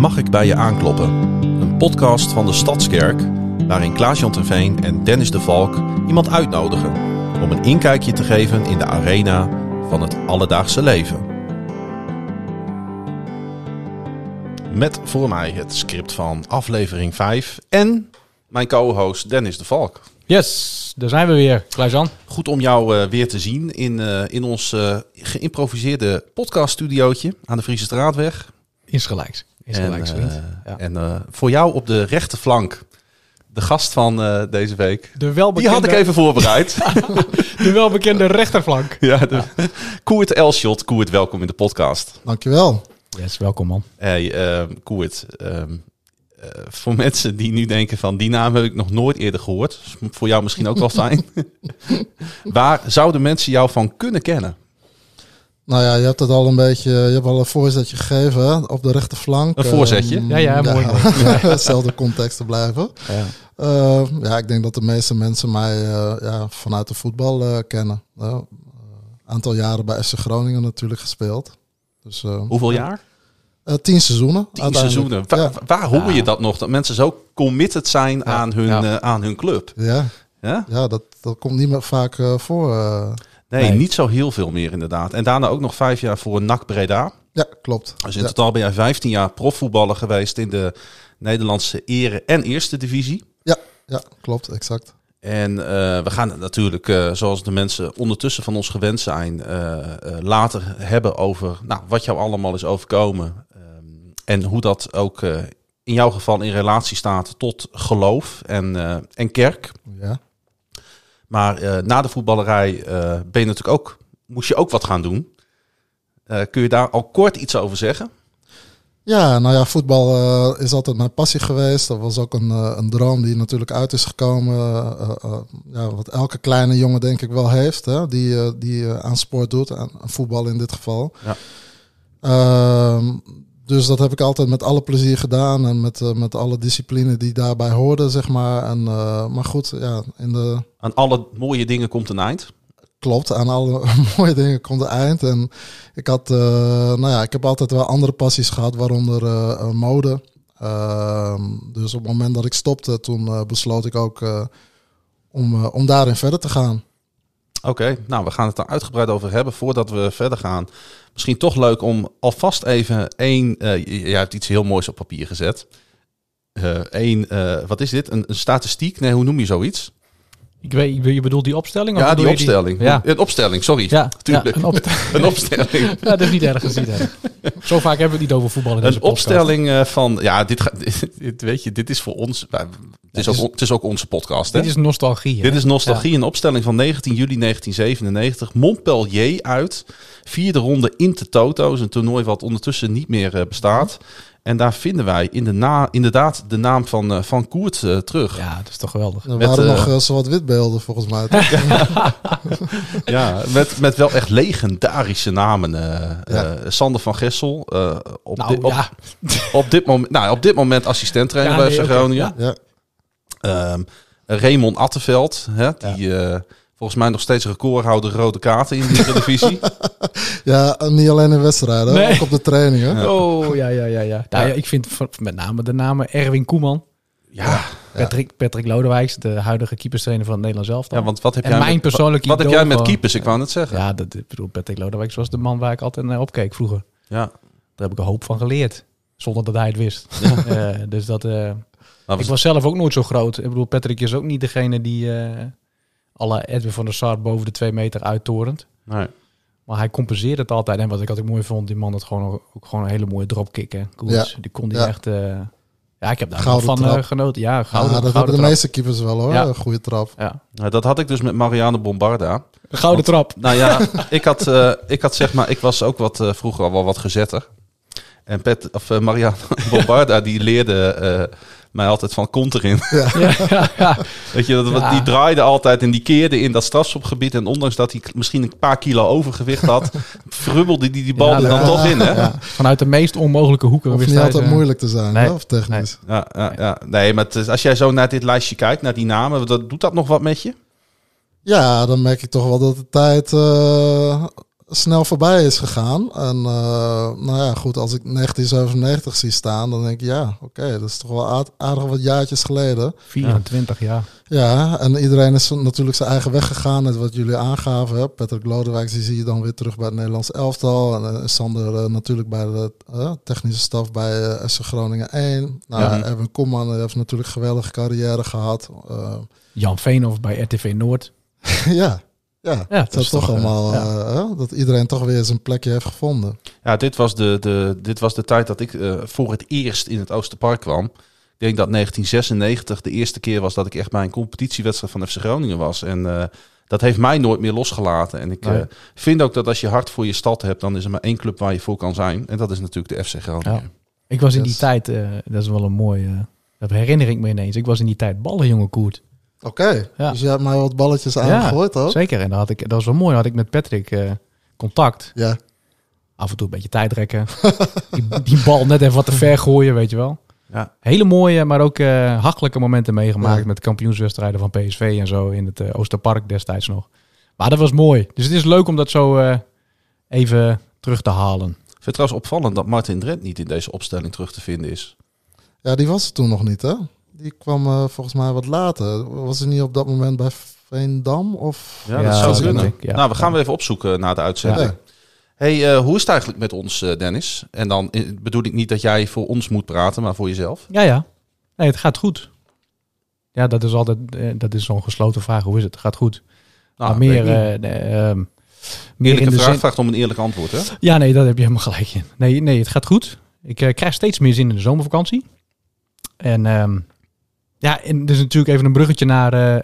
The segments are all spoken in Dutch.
Mag ik bij je aankloppen? Een podcast van de Stadskerk, waarin Klaas-Jan Terveen en Dennis de Valk iemand uitnodigen om een inkijkje te geven in de arena van het alledaagse leven. Met voor mij het script van aflevering 5 en mijn co-host Dennis de Valk. Yes, daar zijn we weer, Klaas-Jan. Goed om jou weer te zien in ons geïmproviseerde podcaststudiootje aan de Friese Straatweg. Insgelijks, vriend. Ja. En voor jou op de rechterflank, de gast van deze week. Die had ik even voorbereid. De welbekende rechterflank. Ja, Koert Elshot. Koert, welkom in de podcast. Dankjewel. Yes, welkom man. Hey, Koert, voor mensen die nu denken van die naam heb ik nog nooit eerder gehoord. Voor jou misschien ook wel fijn. Waar zouden mensen jou van kunnen kennen? Nou ja, je hebt het al een beetje, je hebt al een voorzetje gegeven hè, op de rechterflank. Een voorzetje? Ja, mooi. Hetzelfde context te blijven. Ja. Ik denk dat de meeste mensen mij vanuit de voetbal kennen. Aantal jaren bij FC Groningen natuurlijk gespeeld. Dus, hoeveel jaar? 10 seizoenen. 10 seizoenen. Waar hoor je dat nog? Dat mensen zo committed zijn aan hun club. Ja, dat komt niet meer vaak voor. Nee, niet zo heel veel meer inderdaad. En daarna ook nog 5 jaar voor NAC Breda. Ja, klopt. Dus in totaal ben jij 15 jaar profvoetballer geweest in de Nederlandse ere- en eerste divisie. Ja, klopt, exact. En we gaan het natuurlijk, zoals de mensen ondertussen van ons gewend zijn, later hebben over wat jou allemaal is overkomen. En hoe dat ook in jouw geval in relatie staat tot geloof en kerk. Ja. Maar na de voetballerij ben je natuurlijk moest je ook wat gaan doen. Kun je daar al kort iets over zeggen? Ja, nou ja, voetbal is altijd mijn passie geweest. Dat was ook een droom die natuurlijk uit is gekomen. Wat elke kleine jongen denk ik wel heeft. Hè, die aan sport doet, aan voetbal in dit geval. Ja. Dus dat heb ik altijd met alle plezier gedaan. En met alle discipline die daarbij hoorden, zeg maar. En, maar goed, ja. Aan alle mooie dingen komt een eind. Klopt, aan alle mooie dingen komt een eind. En ik had, ik heb altijd wel andere passies gehad, waaronder mode. Dus op het moment dat ik stopte, toen besloot ik ook om daarin verder te gaan. Oké, nou we gaan het daar uitgebreid over hebben voordat we verder gaan. Misschien toch leuk om alvast even jij hebt iets heel moois op papier gezet. Wat is dit? Een statistiek? Nee, hoe noem je zoiets? Ik weet, je bedoelt die opstelling? Ja, die opstelling. Ja. Een opstelling, sorry. Ja, tuurlijk. Een opstelling. Ja, dat is niet erg. Zo vaak hebben we het niet over voetbal in deze podcast. Een opstelling van, dit is voor ons, het is ook onze podcast. Hè? Dit is nostalgie. Dit is nostalgie, een opstelling van 19 juli 1997. Montpellier uit, 4e ronde Intertoto, is een toernooi wat ondertussen niet meer bestaat. En daar vinden wij inderdaad de naam van Koert terug. Ja, dat is toch geweldig. Er waren nog zowat witbeelden volgens mij. Ja, met wel echt legendarische namen. Sander van Gessel. Op dit moment assistent-trainer bij FC Groningen. Ja. Raymond Attenveld. Die volgens mij nog steeds recordhouder rode kaarten in die divisie. Ja, niet alleen in wedstrijden, ook op de trainingen. Ja. Oh, ja. Nou, ik vind met name de namen Erwin Koeman. Ja. Patrick Lodewijks, de huidige keeperstrainer van het Nederlands elftal. Ja, want wat heb jij met keepers? Ik wou net zeggen. Ja, Patrick Lodewijks was de man waar ik altijd naar opkeek vroeger. Ja. Daar heb ik een hoop van geleerd, zonder dat hij het wist. Ja. Dus dat... ik was zelf ook nooit zo groot. Ik bedoel, Patrick is ook niet degene die alle Edwin van der Sar boven de 2 meter uittorent. Nee. Maar hij compenseerde het altijd. En wat ik altijd mooi vond, die man had gewoon een hele mooie dropkick. Hè. Die kon die echt... ik heb daar van genoten. Ja, dat hebben de meeste keepers wel hoor. Ja. Een goede trap. Ja. Nou, dat had ik dus met Mariano Bombarda. Een gouden trap. Nou ja, ik had zeg maar, ik was ook vroeger al wel wat gezetter. En Mariano Bombarda die leerde mij altijd van kont erin. Ja. Weet je, die draaide altijd en die keerde in dat strafschopgebied. En ondanks dat hij misschien een paar kilo overgewicht had, frubbelde die bal er dan toch in. Hè? Ja. Vanuit de meest onmogelijke hoeken. Hoeft niet altijd moeilijk te zijn, hè? Of technisch. Nee, maar als jij zo naar dit lijstje kijkt, naar die namen, doet dat nog wat met je? Ja, dan merk ik toch wel dat de tijd snel voorbij is gegaan. En nou ja, goed, als ik 1997 zie staan, dan denk ik, ja, oké, dat is toch wel aardig wat jaartjes geleden. 24 jaar. Ja, en iedereen is natuurlijk zijn eigen weg gegaan, net wat jullie aangaven. Hè. Patrick Lodewijk, die zie je dan weer terug bij het Nederlands elftal. En Sander natuurlijk bij de technische staf bij SC Groningen 1. Nou, Erwin Koeman heeft natuurlijk een geweldige carrière gehad. Jan Veenhoff bij RTV Noord. Ja, dat is toch allemaal dat iedereen toch weer zijn plekje heeft gevonden. Ja, dit was de tijd dat ik voor het eerst in het Oosterpark kwam. Ik denk dat 1996 de eerste keer was dat ik echt bij een competitiewedstrijd van FC Groningen was. En dat heeft mij nooit meer losgelaten. En ik vind ook dat als je hart voor je stad hebt, dan is er maar één club waar je voor kan zijn. En dat is natuurlijk de FC Groningen. Ja. Ik was in die tijd, dat is wel een mooi, dat herinner ik me ineens. Ik was in die tijd ballenjongen Koert. Oké, dus je hebt mij wat balletjes aangegooid ook? Zeker. En dat was wel mooi. Had ik met Patrick contact. Ja. Af en toe een beetje tijdrekken. die bal net even wat te ver gooien, weet je wel. Ja. Hele mooie, maar ook hachelijke momenten meegemaakt met kampioenswedstrijden van PSV en zo in het Oosterpark destijds nog. Maar dat was mooi. Dus het is leuk om dat zo even terug te halen. Ik vind het trouwens opvallend dat Martin Drent niet in deze opstelling terug te vinden is. Ja, die was er toen nog niet, hè? Die kwam volgens mij wat later. Was hij niet op dat moment bij Veendam? Of? Ja, dat zou kunnen. Ja. Nou, we gaan weer even opzoeken na de uitzending. Ja. Hey, hoe is het eigenlijk met ons, Dennis? En dan bedoel ik niet dat jij voor ons moet praten, maar voor jezelf. Ja. Nee, het gaat goed. Ja, dat is altijd dat is zo'n gesloten vraag. Hoe is het? Het gaat goed. Nou, maar meer eerlijke vraag vraagt om een eerlijk antwoord, hè? Ja, nee, daar heb je helemaal gelijk in. Nee, het gaat goed. Ik krijg steeds meer zin in de zomervakantie. En en dus natuurlijk even een bruggetje naar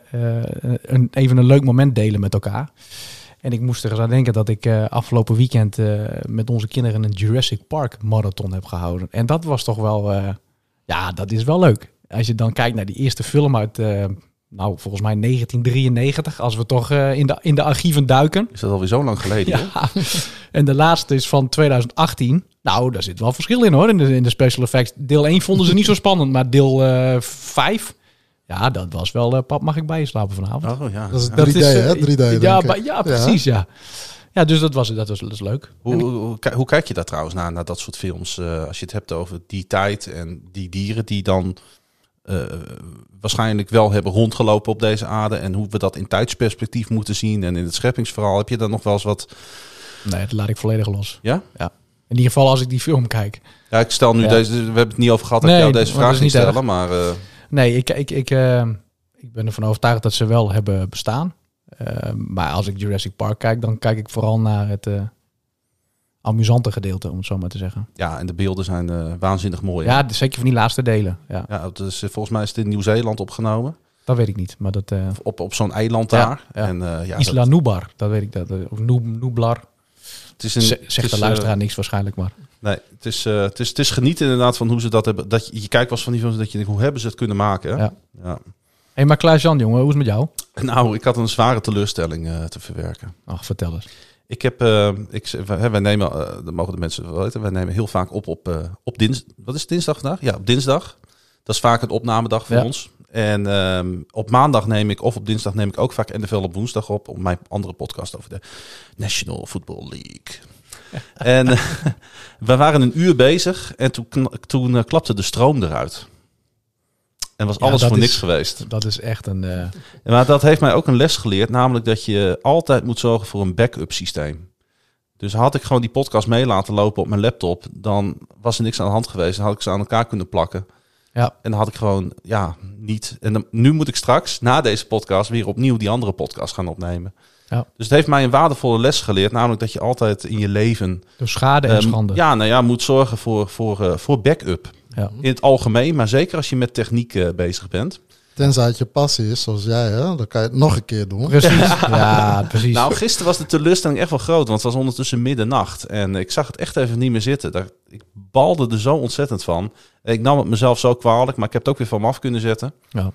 even een leuk moment delen met elkaar. En ik moest er eens aan denken dat ik afgelopen weekend met onze kinderen een Jurassic Park marathon heb gehouden. En dat was toch wel, dat is wel leuk. Als je dan kijkt naar die eerste film uit, volgens mij 1993, als we toch in de archieven duiken. Is dat alweer zo lang geleden? Ja. En de laatste is van 2018. Nou, daar zit wel verschil in hoor, in de special effects. Deel 1 vonden ze niet zo spannend, maar deel 5... Ja, dat was wel, pap, mag ik bij je slapen vanavond? Oh, ja. Dat is 3D, hè? 3D, ja, precies, ja. Ja, dus dat is leuk. Hoe kijk je daar trouwens naar dat soort films? Als je het hebt over die tijd en die dieren die dan waarschijnlijk wel hebben rondgelopen op deze aarde. En hoe we dat in tijdsperspectief moeten zien en in het scheppingsverhaal. Heb je daar nog wel eens wat... Nee, dat laat ik volledig los. Ja? Ja. In ieder geval als ik die film kijk. Ja, ik stel nu deze... We hebben het niet over gehad dat ik jou deze vraag niet stellen, maar... Nee, ik ben ervan overtuigd dat ze wel hebben bestaan. Maar als ik Jurassic Park kijk, dan kijk ik vooral naar het amusante gedeelte, om het zo maar te zeggen. Ja, en de beelden zijn waanzinnig mooi. Ja, zeker van die laatste delen. Ja, dus, volgens mij is het in Nieuw-Zeeland opgenomen. Dat weet ik niet, maar dat... Op zo'n eiland daar. Ja. En, Isla Nublar, dat weet ik. Of Nublar. Zegt de luisteraar niks waarschijnlijk, maar... Nee, het is genieten inderdaad van hoe ze dat hebben. Dat je kijkt was van die films dat je denkt, hoe hebben ze het kunnen maken? Hè? Ja. Hey, maar Klaas-Jan, jongen, hoe is het met jou? Nou, ik had een zware teleurstelling te verwerken. Ach, vertel eens. Ik heb, wij nemen, dat mogen de mensen wel weten, wij nemen heel vaak op dinsdag. Wat is het, dinsdag vandaag? Ja, op dinsdag. Dat is vaak een opnamedag voor ons. En op maandag op dinsdag neem ik ook vaak NFL op woensdag op mijn andere podcast over de National Football League. En we waren een uur bezig en toen klapte de stroom eruit. En was alles voor niks geweest. Dat is echt een... Maar dat heeft mij ook een les geleerd. Namelijk dat je altijd moet zorgen voor een backup systeem. Dus had ik gewoon die podcast mee laten lopen op mijn laptop, dan was er niks aan de hand geweest. Dan had ik ze aan elkaar kunnen plakken. Ja. En dan had ik gewoon, niet. En nu moet ik straks, na deze podcast, weer opnieuw die andere podcast gaan opnemen. Ja. Dus het heeft mij een waardevolle les geleerd. Namelijk dat je altijd in je leven... Door schade en schande. Moet zorgen voor backup. Ja. In het algemeen, maar zeker als je met techniek bezig bent. Tenzij het je passie is, zoals jij, hè? Dan kan je het nog een keer doen. Precies. Ja, precies. Nou, gisteren was de teleurstelling echt wel groot, want het was ondertussen middernacht. En ik zag het echt even niet meer zitten. Ik balde er zo ontzettend van. Ik nam het mezelf zo kwalijk, maar ik heb het ook weer van me af kunnen zetten. Ja.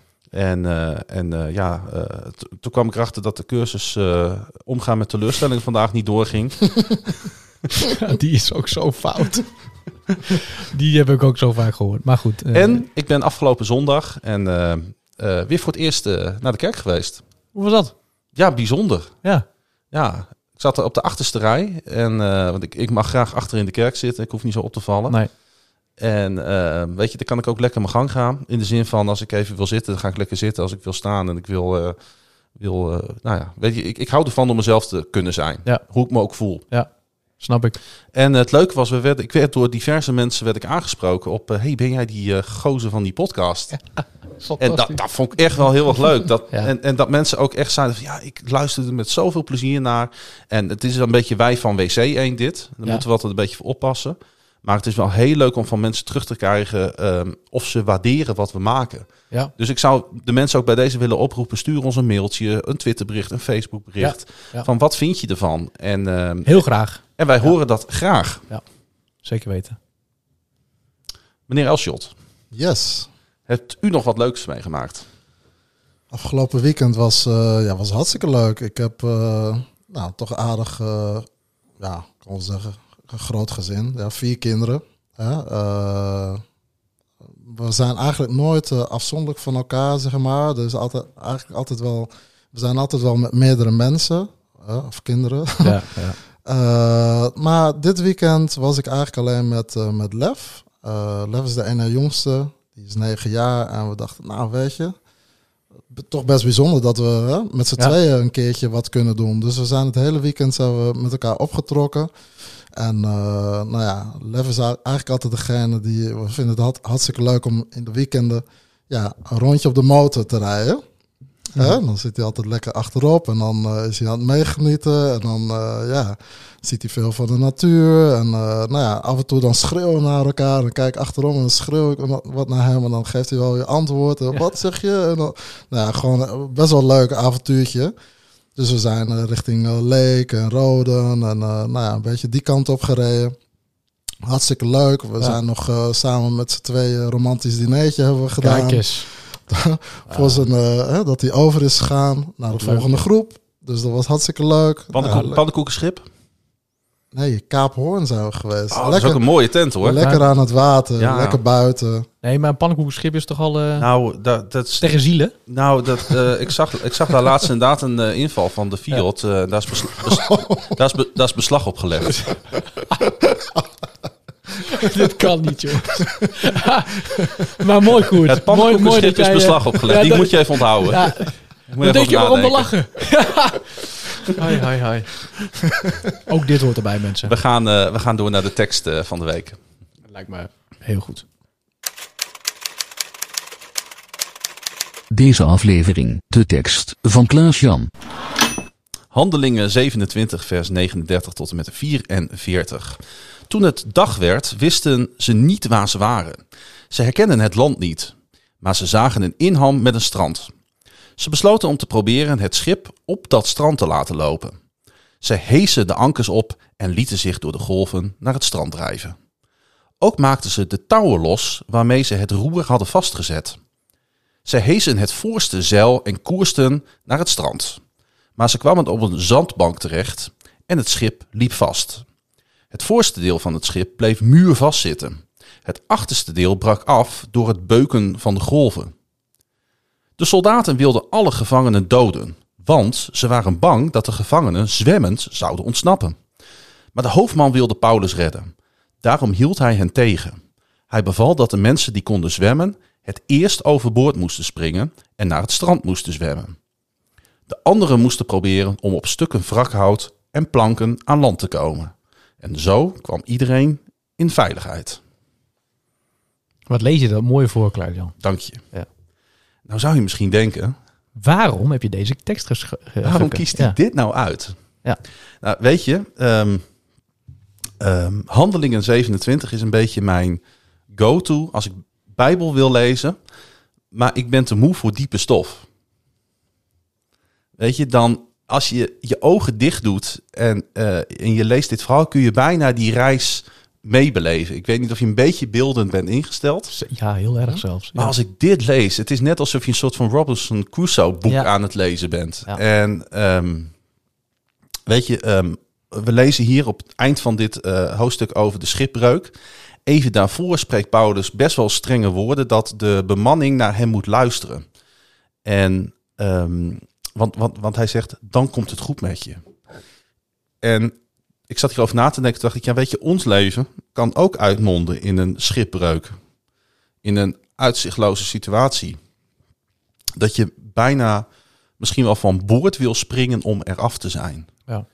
Toen kwam ik erachter dat de cursus omgaan met teleurstellingen vandaag niet doorging. Ja, die is ook zo fout. Die heb ik ook zo vaak gehoord. Maar goed. En ik ben afgelopen zondag en weer voor het eerst naar de kerk geweest. Hoe was dat? Ja, bijzonder. Ja. Ja, Ik zat er op de achterste rij. En, want ik mag graag achter in de kerk zitten. Ik hoef niet zo op te vallen. Nee. En weet je, dan kan ik ook lekker mijn gang gaan. In de zin van, als ik even wil zitten, dan ga ik lekker zitten. Als ik wil staan en ik wil weet je, ik hou ervan om mezelf te kunnen zijn. Ja. Hoe ik me ook voel. Ja, snap ik. En het leuke was, ik werd door diverse mensen aangesproken op... hey, ben jij die gozer van die podcast? Ja, en dat vond ik echt wel heel erg leuk. Ja. En dat mensen ook echt zeiden van... ja, ik luisterde met zoveel plezier naar. En het is een beetje wij van WC1 dit. Daar moeten we altijd een beetje voor oppassen. Maar het is wel heel leuk om van mensen terug te krijgen... of ze waarderen wat we maken. Ja. Dus ik zou de mensen ook bij deze willen oproepen... stuur ons een mailtje, een Twitterbericht, een Facebookbericht. Ja. Van wat vind je ervan? En, heel graag. En wij horen dat graag. Ja, zeker weten. Meneer Elschot. Yes. Hebt u nog wat leuks meegemaakt? Afgelopen weekend was hartstikke leuk. Ik heb toch aardig, kan wel zeggen, een groot gezin. Ja, 4 kinderen. We zijn eigenlijk nooit afzonderlijk van elkaar, zeg maar. Dus we zijn altijd wel met meerdere mensen of kinderen. Ja, ja. Maar dit weekend was ik eigenlijk alleen met Lef. Lef is de ene jongste. Die is 9 jaar. En we dachten, nou weet je, toch best bijzonder dat we met z'n tweeën een keertje wat kunnen doen. Dus we zijn het hele weekend met elkaar opgetrokken. En Lef is eigenlijk altijd degene die... We vinden het hartstikke leuk om in de weekenden een rondje op de motor te rijden. Dan zit hij altijd lekker achterop en dan is hij aan het meegenieten. En dan ziet hij veel van de natuur. En af en toe dan schreeuwen we naar elkaar. En dan kijk ik achterom en dan schreeuw ik wat naar hem. En dan geeft hij wel je antwoord. Wat zeg je? En dan, gewoon best wel een leuk avontuurtje. Dus we zijn richting Leek en Roden en een beetje die kant op gereden. Hartstikke leuk. We zijn nog samen met z'n tweeën romantisch dinertje hebben we gedaan. Kijk eens. Voor dat hij over is gegaan naar de volgende groep. Dus dat was hartstikke leuk. Pannenkoekenschip? Nee, Kaap Hoorn zijn we geweest. Oh, dat is ook een mooie tent hoor. Lekker aan het water, lekker buiten. Nee, maar een pannenkoekenschip is toch al dat is tegen zielen? Nou, ik zag daar laatst inderdaad een inval van de Fiat. Daar is beslag op gelegd. Dit kan niet, joh. Maar mooi, Koert. Het pannenkoekenschip is beslag opgelegd. Die moet je even onthouden. Ja. Wat denk je waarom we lachen? Hai. Ook dit hoort erbij, mensen. We gaan door naar de tekst van de week. Lijkt me heel goed. Deze aflevering, de tekst van Klaas-Jan. Handelingen 27, vers 39 tot en met 44. Toen het dag werd, wisten ze niet waar ze waren. Ze herkenden het land niet, maar ze zagen een inham met een strand. Ze besloten om te proberen het schip op dat strand te laten lopen. Ze heesen de ankers op en lieten zich door de golven naar het strand drijven. Ook maakten ze de touwen los waarmee ze het roer hadden vastgezet. Ze heesen het voorste zeil en koersten naar het strand. Maar ze kwamen op een zandbank terecht en het schip liep vast. Het voorste deel van het schip bleef muurvast zitten. Het achterste deel brak af door het beuken van de golven. De soldaten wilden alle gevangenen doden, want ze waren bang dat de gevangenen zwemmend zouden ontsnappen. Maar de hoofdman wilde Paulus redden. Daarom hield hij hen tegen. Hij beval dat de mensen die konden zwemmen het eerst overboord moesten springen en naar het strand moesten zwemmen. De anderen moesten proberen om op stukken wrakhout en planken aan land te komen. En zo kwam iedereen in veiligheid. Wat lees je dat mooi voor, Klaas-Jan. Dank je. Ja. Nou zou je misschien denken, waarom heb je deze tekst geschreven? Waarom kiest hij dit nou uit? Ja. Nou, weet je, Handelingen 27 is een beetje mijn go-to als ik Bijbel wil lezen, maar ik ben te moe voor diepe stof. Weet je, dan als je je ogen dicht doet en je leest dit verhaal, kun je bijna die reis meebeleven. Ik weet niet of je een beetje beeldend bent ingesteld. Ja, heel erg zelfs. Ja. Maar als ik dit lees, het is net alsof je een soort van Robinson Crusoe boek aan het lezen bent. Ja. En weet je, we lezen hier op het eind van dit hoofdstuk over de schipbreuk. Even daarvoor spreekt Paulus best wel strenge woorden dat de bemanning naar hem moet luisteren. En want hij zegt, dan komt het goed met je. En ik zat hierover na te denken. Toen dacht ik, weet je, ons leven kan ook uitmonden in een schipbreuk. In een uitzichtloze situatie. Dat je bijna misschien wel van boord wil springen om eraf te zijn. Ja.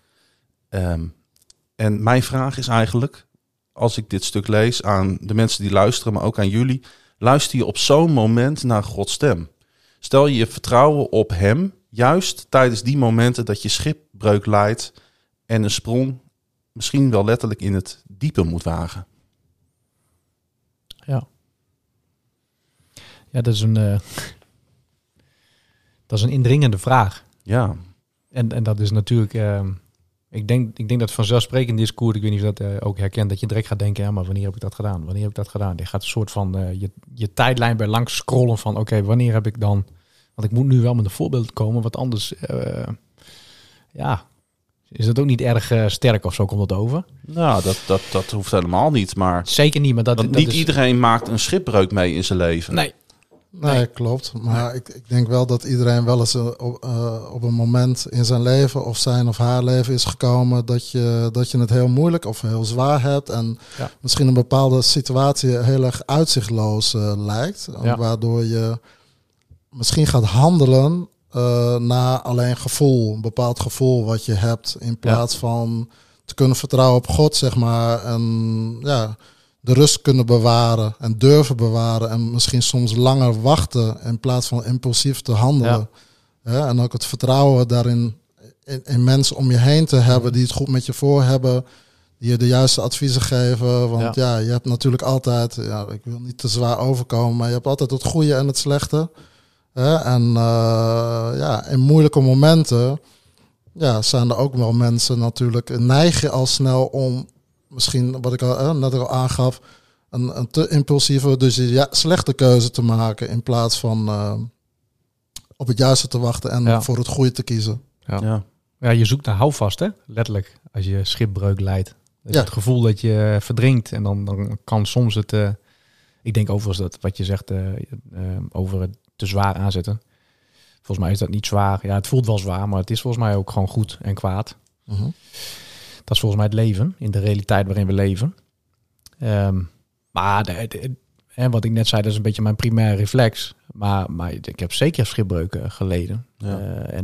En mijn vraag is eigenlijk, als ik dit stuk lees aan de mensen die luisteren, maar ook aan jullie. Luister je op zo'n moment naar Gods stem? Stel je vertrouwen op hem, juist tijdens die momenten dat je schipbreuk lijdt en een sprong misschien wel letterlijk in het diepe moet wagen. Ja. Ja, dat is een indringende vraag. Ja. En dat is natuurlijk... Ik denk dat vanzelfsprekend discours, ik weet niet of je dat ook herkent, dat je direct gaat denken, ja, maar wanneer heb ik dat gedaan? Wanneer heb ik dat gedaan? Je gaat een soort van je tijdlijn bij langs scrollen van, oké, wanneer heb ik dan... Want ik moet nu wel met een voorbeeld komen, wat anders... is dat ook niet erg sterk of zo komt dat over? Nou, dat hoeft helemaal niet, maar... Zeker niet, maar Want niet iedereen maakt een schipbreuk mee in zijn leven. Nee, klopt. Maar ik denk wel dat iedereen wel eens op een moment in zijn leven of zijn of haar leven is gekomen dat je het heel moeilijk of heel zwaar hebt. En misschien een bepaalde situatie heel erg uitzichtloos lijkt. Ja. Waardoor je misschien gaat handelen naar alleen gevoel. Een bepaald gevoel wat je hebt in plaats van te kunnen vertrouwen op God, zeg maar. En de rust kunnen bewaren en durven bewaren en misschien soms langer wachten in plaats van impulsief te handelen. Ja, en ook het vertrouwen daarin in mensen om je heen te hebben die het goed met je voor hebben, die je de juiste adviezen geven. Want je hebt natuurlijk altijd, ik wil niet te zwaar overkomen, maar je hebt altijd het goede en het slechte. En in moeilijke momenten zijn er ook wel mensen natuurlijk neigen al snel om misschien, wat ik net al aangaf, een te impulsieve, dus slechte keuze te maken in plaats van op het juiste te wachten en voor het goede te kiezen. Ja, je zoekt naar houvast, hè? Letterlijk, als je schipbreuk lijdt. Dus het gevoel dat je verdrinkt en dan kan soms het... ik denk overigens dat wat je zegt over het te zwaar aanzetten. Volgens mij is dat niet zwaar. Ja, het voelt wel zwaar, maar het is volgens mij ook gewoon goed en kwaad. Mm-hmm. Dat is volgens mij het leven, in de realiteit waarin we leven. Maar wat ik net zei, dat is een beetje mijn primaire reflex. Maar ik heb zeker schipbreuken geleden. Ja.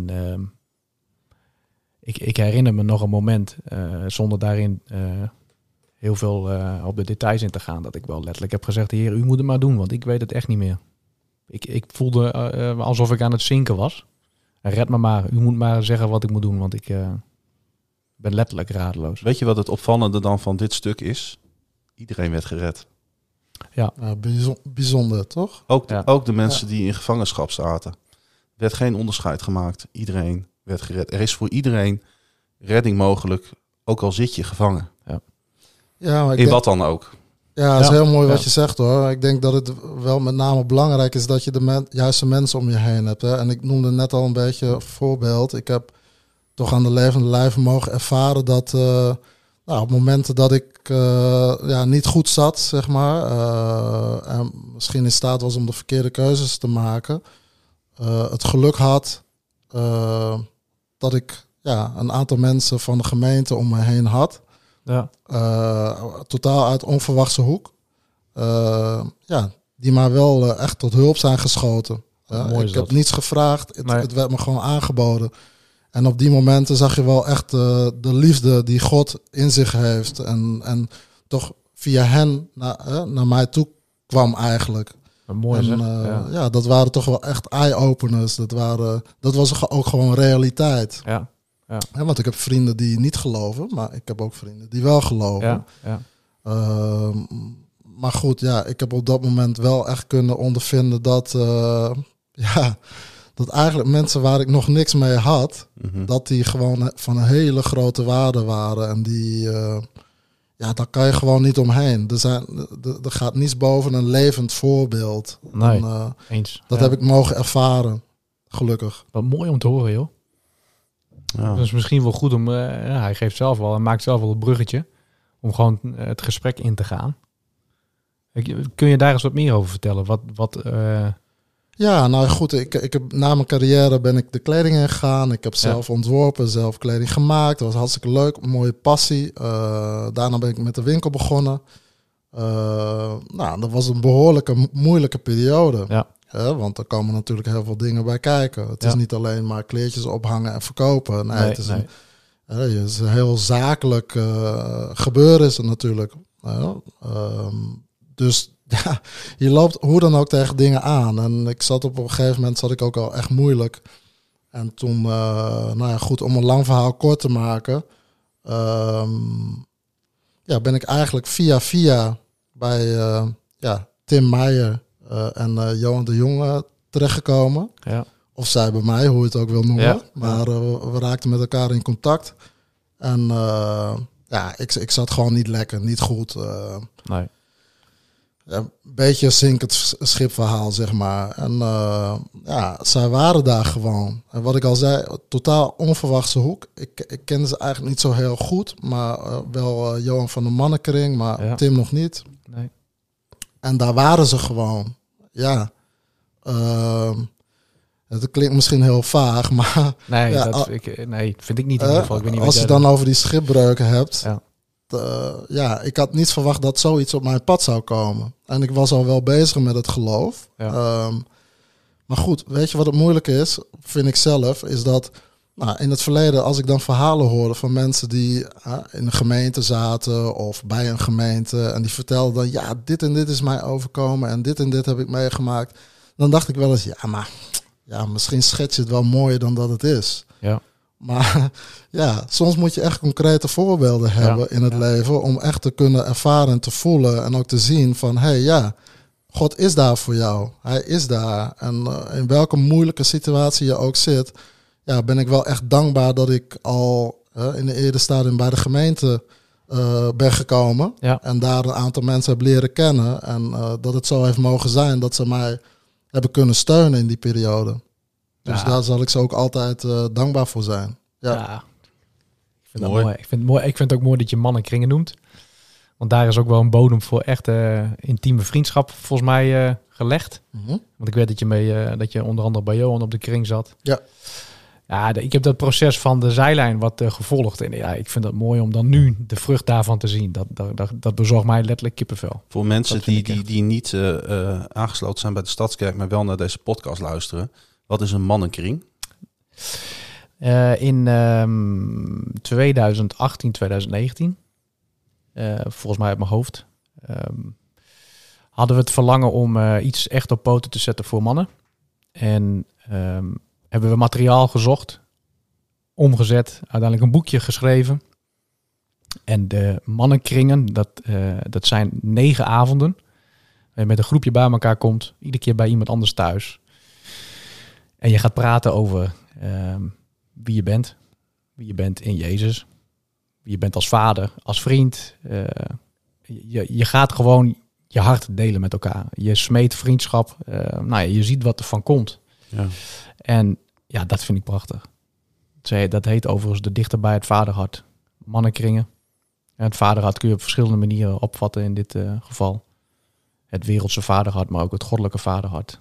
Ik herinner me nog een moment, zonder daarin heel veel op de details in te gaan, dat ik wel letterlijk heb gezegd, Heer, u moet het maar doen, want ik weet het echt niet meer. Ik voelde alsof ik aan het zinken was. Red me maar, u moet maar zeggen wat ik moet doen, want ik ben letterlijk radeloos. Weet je wat het opvallende dan van dit stuk is? Iedereen werd gered. Ja. Bijzonder, toch? Ook de mensen die in gevangenschap zaten. Er werd geen onderscheid gemaakt. Iedereen werd gered. Er is voor iedereen redding mogelijk, ook al zit je gevangen. Maar in wat dan ook. Ja, dat is heel mooi wat je zegt, hoor. Ik denk dat het wel met name belangrijk is dat je de juiste mensen om je heen hebt. Hè? En ik noemde net al een beetje een voorbeeld. Ik heb toch aan de levende lijve mogen ervaren dat op momenten dat ik niet goed zat, zeg maar, en misschien in staat was om de verkeerde keuzes te maken, het geluk had dat ik een aantal mensen van de gemeente om me heen had. Ja. Totaal uit onverwachte hoek. Die maar wel echt tot hulp zijn geschoten. Ik heb niets gevraagd. Het werd me gewoon aangeboden. En op die momenten zag je wel echt de liefde die God in zich heeft. En toch via hen naar mij toe kwam eigenlijk. Mooi, en dat waren toch wel echt eye-openers. Dat was ook gewoon realiteit. Ja. Want ik heb vrienden die niet geloven, maar ik heb ook vrienden die wel geloven. Maar goed, ik heb op dat moment wel echt kunnen ondervinden dat eigenlijk mensen waar ik nog niks mee had, dat die gewoon van een hele grote waarde waren. En die, daar kan je gewoon niet omheen. Er gaat niets boven een levend voorbeeld. Nee, eens. Dat heb ik mogen ervaren, gelukkig. Wat mooi om te horen, joh. Ja. Dat is misschien wel goed om... hij geeft zelf wel, hij maakt zelf wel het bruggetje om gewoon het gesprek in te gaan. Kun je daar eens wat meer over vertellen? Ja, nou goed, ik heb, na mijn carrière ben ik de kleding ingegaan. Ik heb zelf ontworpen, zelf kleding gemaakt. Dat was hartstikke leuk, een mooie passie. Daarna ben ik met de winkel begonnen. Dat was een behoorlijke moeilijke periode. Ja. Want er komen natuurlijk heel veel dingen bij kijken. Het is niet alleen maar kleertjes ophangen en verkopen. Nee, het is het is een heel zakelijk gebeuren is het natuurlijk. Dus ja, je loopt hoe dan ook tegen dingen aan. En ik zat op een gegeven moment zat ik ook al echt moeilijk. En toen, goed, om een lang verhaal kort te maken, ben ik eigenlijk via bij Tim Meijer en Johan de Jong terechtgekomen. Ja. Of zij bij mij, hoe je het ook wil noemen. Ja. Maar we raakten met elkaar in contact. En ik zat gewoon niet lekker, niet goed. Nee. Een beetje een zinkend schipverhaal, zeg maar. En zij waren daar gewoon. En wat ik al zei, totaal onverwachte hoek. Ik kende ze eigenlijk niet zo heel goed. Maar wel Johan van de Mannenkring, maar Tim nog niet. Nee. En daar waren ze gewoon. Ja. Het klinkt misschien heel vaag, maar... Nee, vind ik niet in ieder geval. Ik weet niet als je dan over die schipbreuken hebt... Ja. Ik had niet verwacht dat zoiets op mijn pad zou komen. En ik was al wel bezig met het geloof. Ja. Maar goed, weet je wat het moeilijk is, vind ik zelf, is dat in het verleden, als ik dan verhalen hoorde van mensen die in een gemeente zaten of bij een gemeente en die vertelden dan, ja, dit en dit is mij overkomen en dit heb ik meegemaakt. Dan dacht ik wel eens, misschien schets je het wel mooier dan dat het is. Ja. Maar soms moet je echt concrete voorbeelden hebben in het leven om echt te kunnen ervaren en te voelen en ook te zien van, God is daar voor jou. Hij is daar. En in welke moeilijke situatie je ook zit, ben ik wel echt dankbaar dat ik al in de eerste stadium bij de gemeente ben gekomen. Ja. En daar een aantal mensen heb leren kennen. En dat het zo heeft mogen zijn dat ze mij hebben kunnen steunen in die periode. Dus daar zal ik ze ook altijd dankbaar voor zijn. Ja. Ik vind dat mooi. Ik vind het ook mooi dat je mannenkringen noemt. Want daar is ook wel een bodem voor echt intieme vriendschap volgens mij gelegd. Mm-hmm. Want ik weet dat je onder andere bij Johan op de kring zat. Ja. Ja, ik heb dat proces van de zijlijn wat gevolgd. En ik vind het mooi om dan nu de vrucht daarvan te zien. Dat bezorgt mij letterlijk kippenvel. Voor mensen die niet aangesloten zijn bij de Stadskerk, maar wel naar deze podcast luisteren. Wat is een mannenkring? In 2018, 2019, volgens mij uit mijn hoofd, hadden we het verlangen om iets echt op poten te zetten voor mannen. En hebben we materiaal gezocht, omgezet, uiteindelijk een boekje geschreven. En de mannenkringen, dat zijn 9 avonden. Waar je met een groepje bij elkaar komt, iedere keer bij iemand anders thuis. En je gaat praten over wie je bent. Wie je bent in Jezus. Wie je bent als vader, als vriend. Je gaat gewoon je hart delen met elkaar. Je smeet vriendschap. Je ziet wat er van komt. Ja. En dat vind ik prachtig. Dat heet overigens de dichter bij het vaderhart. Mannenkringen. En het vaderhart kun je op verschillende manieren opvatten in dit geval. Het wereldse vaderhart, maar ook het goddelijke vaderhart.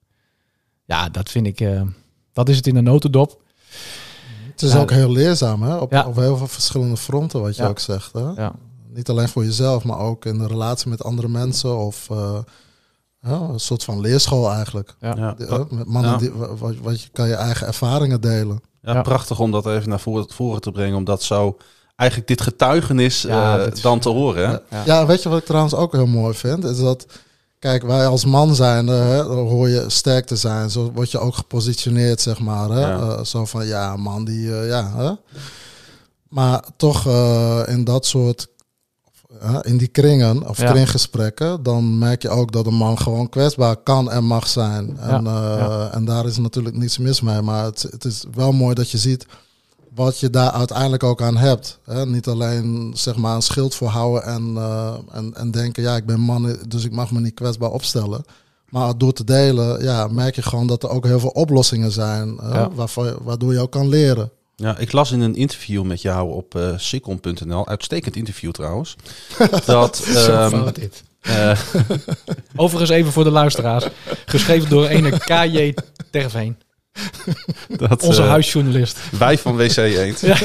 Ja, dat vind ik... dat is het in een notendop. Het is ook heel leerzaam, hè? Op heel veel verschillende fronten, wat je ook zegt. Hè? Ja. Niet alleen voor jezelf, maar ook in de relatie met andere mensen. Of een soort van leerschool eigenlijk. Ja. Met mannen wat je kan je eigen ervaringen delen. Ja, prachtig om dat even naar voren te brengen. Omdat zo eigenlijk dit getuigenis dan te horen. Hè? Ja, weet je wat ik trouwens ook heel mooi vind? Is dat... Kijk, wij als man zijn, dan hoor je sterk te zijn. Zo word je ook gepositioneerd, zeg maar. Hè? Ja. Zo van, man, die... Hè? Maar toch in dat soort... in die kringen of kringgesprekken... dan merk je ook dat een man gewoon kwetsbaar kan en mag zijn. En daar is natuurlijk niets mis mee. Maar het is wel mooi dat je ziet... wat je daar uiteindelijk ook aan hebt. Hè? Niet alleen zeg maar een schild voor houden en denken... ik ben man, dus ik mag me niet kwetsbaar opstellen. Maar door te delen merk je gewoon dat er ook heel veel oplossingen zijn... waardoor je ook kan leren. Ja, ik las in een interview met jou op sikon.nl... uitstekend interview trouwens... dat Overigens even voor de luisteraars. Geschreven door ene K.J. Terveen. Onze huisjournalist. Wij van WC Eend. Ja.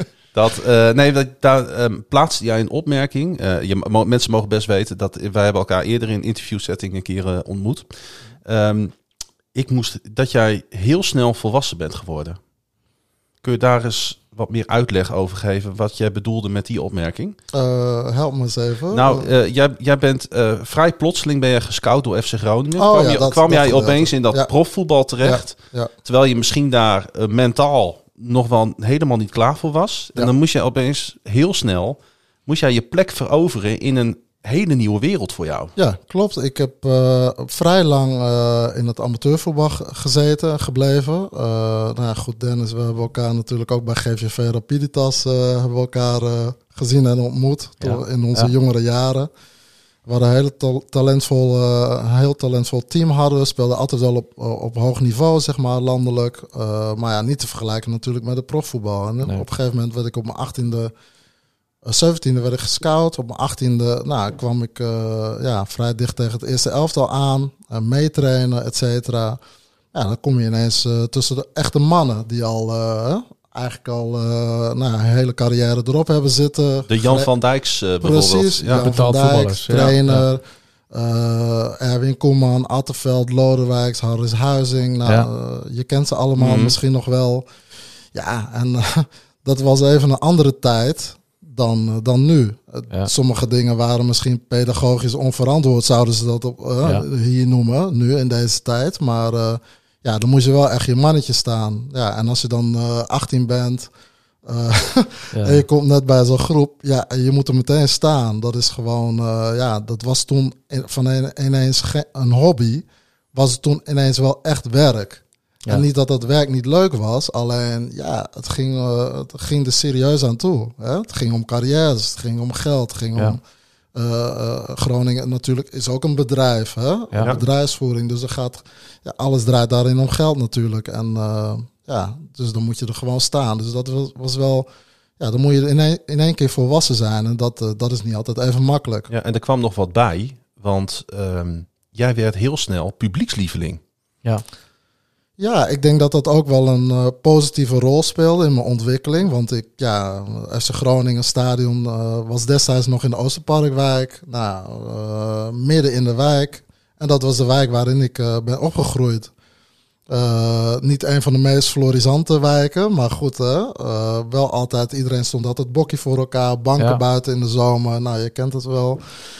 Daar plaatste jij een opmerking. Mensen mogen best weten dat wij hebben elkaar eerder in interviewsetting een keer ontmoet. Dat jij heel snel volwassen bent geworden. Kun je daar eens wat meer uitleg over geven wat jij bedoelde met die opmerking? Help me eens even. Nou, jij bent vrij plotseling ben je gescout door FC Groningen. Kwam jij opeens in dat profvoetbal terecht, terwijl je misschien daar mentaal nog wel helemaal niet klaar voor was. En dan moest jij opeens heel snel je plek veroveren in een hele nieuwe wereld voor jou. Ja, klopt. Ik heb vrij lang in het amateurvoetbal gebleven. Goed, Dennis, we hebben elkaar natuurlijk ook bij GVV Rapiditas hebben we elkaar gezien en ontmoet in onze jongere jaren. We hadden een heel talentvol team hadden. We speelden altijd wel op hoog niveau, zeg maar, landelijk. Maar niet te vergelijken natuurlijk met het profvoetbal. En op een gegeven moment werd ik op mijn 17e werd ik gescout. Op mijn 18e kwam ik vrij dicht tegen het eerste elftal aan. Meetrainen, et cetera. Ja, dan kom je ineens tussen de echte mannen die al een hele carrière erop hebben zitten. De Jan van Dijks bijvoorbeeld. Precies, Jan van Dijk, trainer. Erwin Koeman, Attenveld, Lodewijks, Harris Huizing. Je kent ze allemaal misschien nog wel. Ja, en dat was even een andere tijd dan nu. Sommige dingen waren misschien pedagogisch onverantwoord, zouden ze dat hier noemen, nu in deze tijd. Maar dan moet je wel echt je mannetje staan. Ja, en als je dan 18 bent en je komt net bij zo'n groep, je moet er meteen staan. Dat is gewoon, dat was toen van ineens een hobby, was het toen ineens wel echt werk. Ja. En niet dat dat werk niet leuk was, alleen het ging er serieus aan toe. Hè? Het ging om carrières, het ging om geld, het ging om Groningen natuurlijk is ook een bedrijf, hè? Bedrijfsvoering. Dus alles draait daarin om geld natuurlijk. En dus dan moet je er gewoon staan. Dus dat was wel, dan moet je in één keer volwassen zijn. En dat is niet altijd even makkelijk. Ja, en er kwam nog wat bij, want jij werd heel snel publiekslieveling. Ja. Ja, ik denk dat dat ook wel een positieve rol speelde in mijn ontwikkeling. Want FC Groningen stadion was destijds nog in de Oosterparkwijk. Midden in de wijk. En dat was de wijk waarin ik ben opgegroeid. Niet een van de meest florisante wijken. Maar goed, wel altijd. Iedereen stond altijd bokkie voor elkaar. Banken buiten in de zomer. Nou, je kent het wel.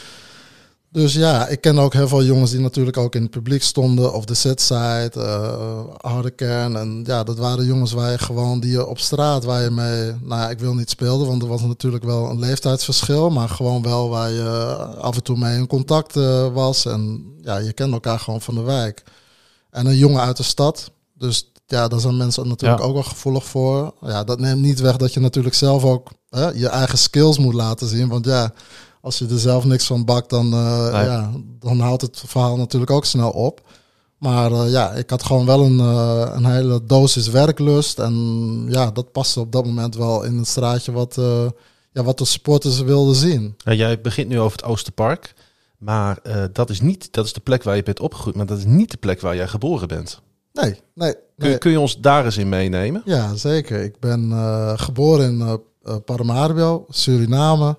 Dus ik ken ook heel veel jongens die natuurlijk ook in het publiek stonden. Of de Zside, harde kern. En dat waren jongens die je op straat, waar je mee, ik wil niet speelde, want er was natuurlijk wel een leeftijdsverschil. Maar gewoon wel waar je af en toe mee in contact was. En je kent elkaar gewoon van de wijk. En een jongen uit de stad. Dus daar zijn mensen natuurlijk ook wel gevoelig voor. Ja, dat neemt niet weg dat je natuurlijk zelf ook je eigen skills moet laten zien. Want als je er zelf niks van bakt, dan houdt het verhaal natuurlijk ook snel op. Maar ik had gewoon wel een hele dosis werklust. En dat paste op dat moment wel in het straatje wat de supporters wilden zien. Ja, jij begint nu over het Oosterpark. Maar dat is de plek waar je bent opgegroeid. Maar dat is niet de plek waar jij geboren bent. Nee. Kun je ons daar eens in meenemen? Ja, zeker. Ik ben geboren in Paramaribo, Suriname.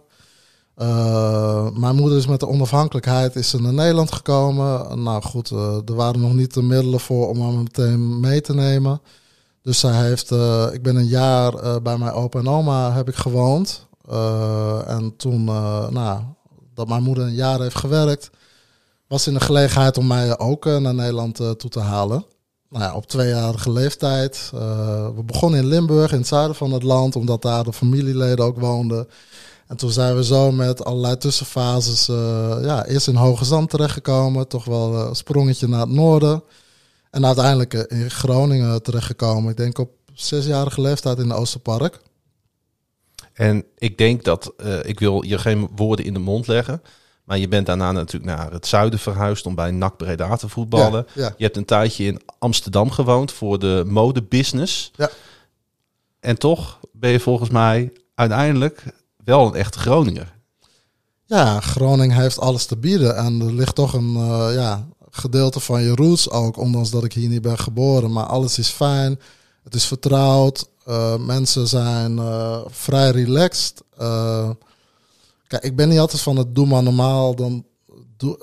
Mijn moeder is met de onafhankelijkheid naar Nederland gekomen. Nou goed, er waren nog niet de middelen voor om hem meteen mee te nemen. Dus zij heeft, ik ben een jaar bij mijn opa en oma heb ik gewoond. En toen, dat mijn moeder een jaar heeft gewerkt, was in de gelegenheid om mij ook naar Nederland toe te halen. Op 2-jarige leeftijd. We begonnen in Limburg, in het zuiden van het land, omdat daar de familieleden ook woonden. En toen zijn we zo met allerlei tussenfases eerst in Hoge Zand terechtgekomen. Toch wel een sprongetje naar het noorden. En uiteindelijk in Groningen terechtgekomen. Ik denk op 6-jarige leeftijd in de Oosterpark. En ik denk dat, ik wil je geen woorden in de mond leggen. Maar je bent daarna natuurlijk naar het zuiden verhuisd om bij NAC Breda te voetballen. Ja. Je hebt een tijdje in Amsterdam gewoond voor de modebusiness. Ja. En toch ben je volgens mij uiteindelijk wel een echte Groninger. ja, Groningen heeft alles te bieden. En er ligt toch een gedeelte van je roots ook, ondanks dat ik hier niet ben geboren. Maar alles is fijn, het is vertrouwd, mensen zijn vrij relaxed. Kijk, ik ben niet altijd van het doe maar normaal, dan doe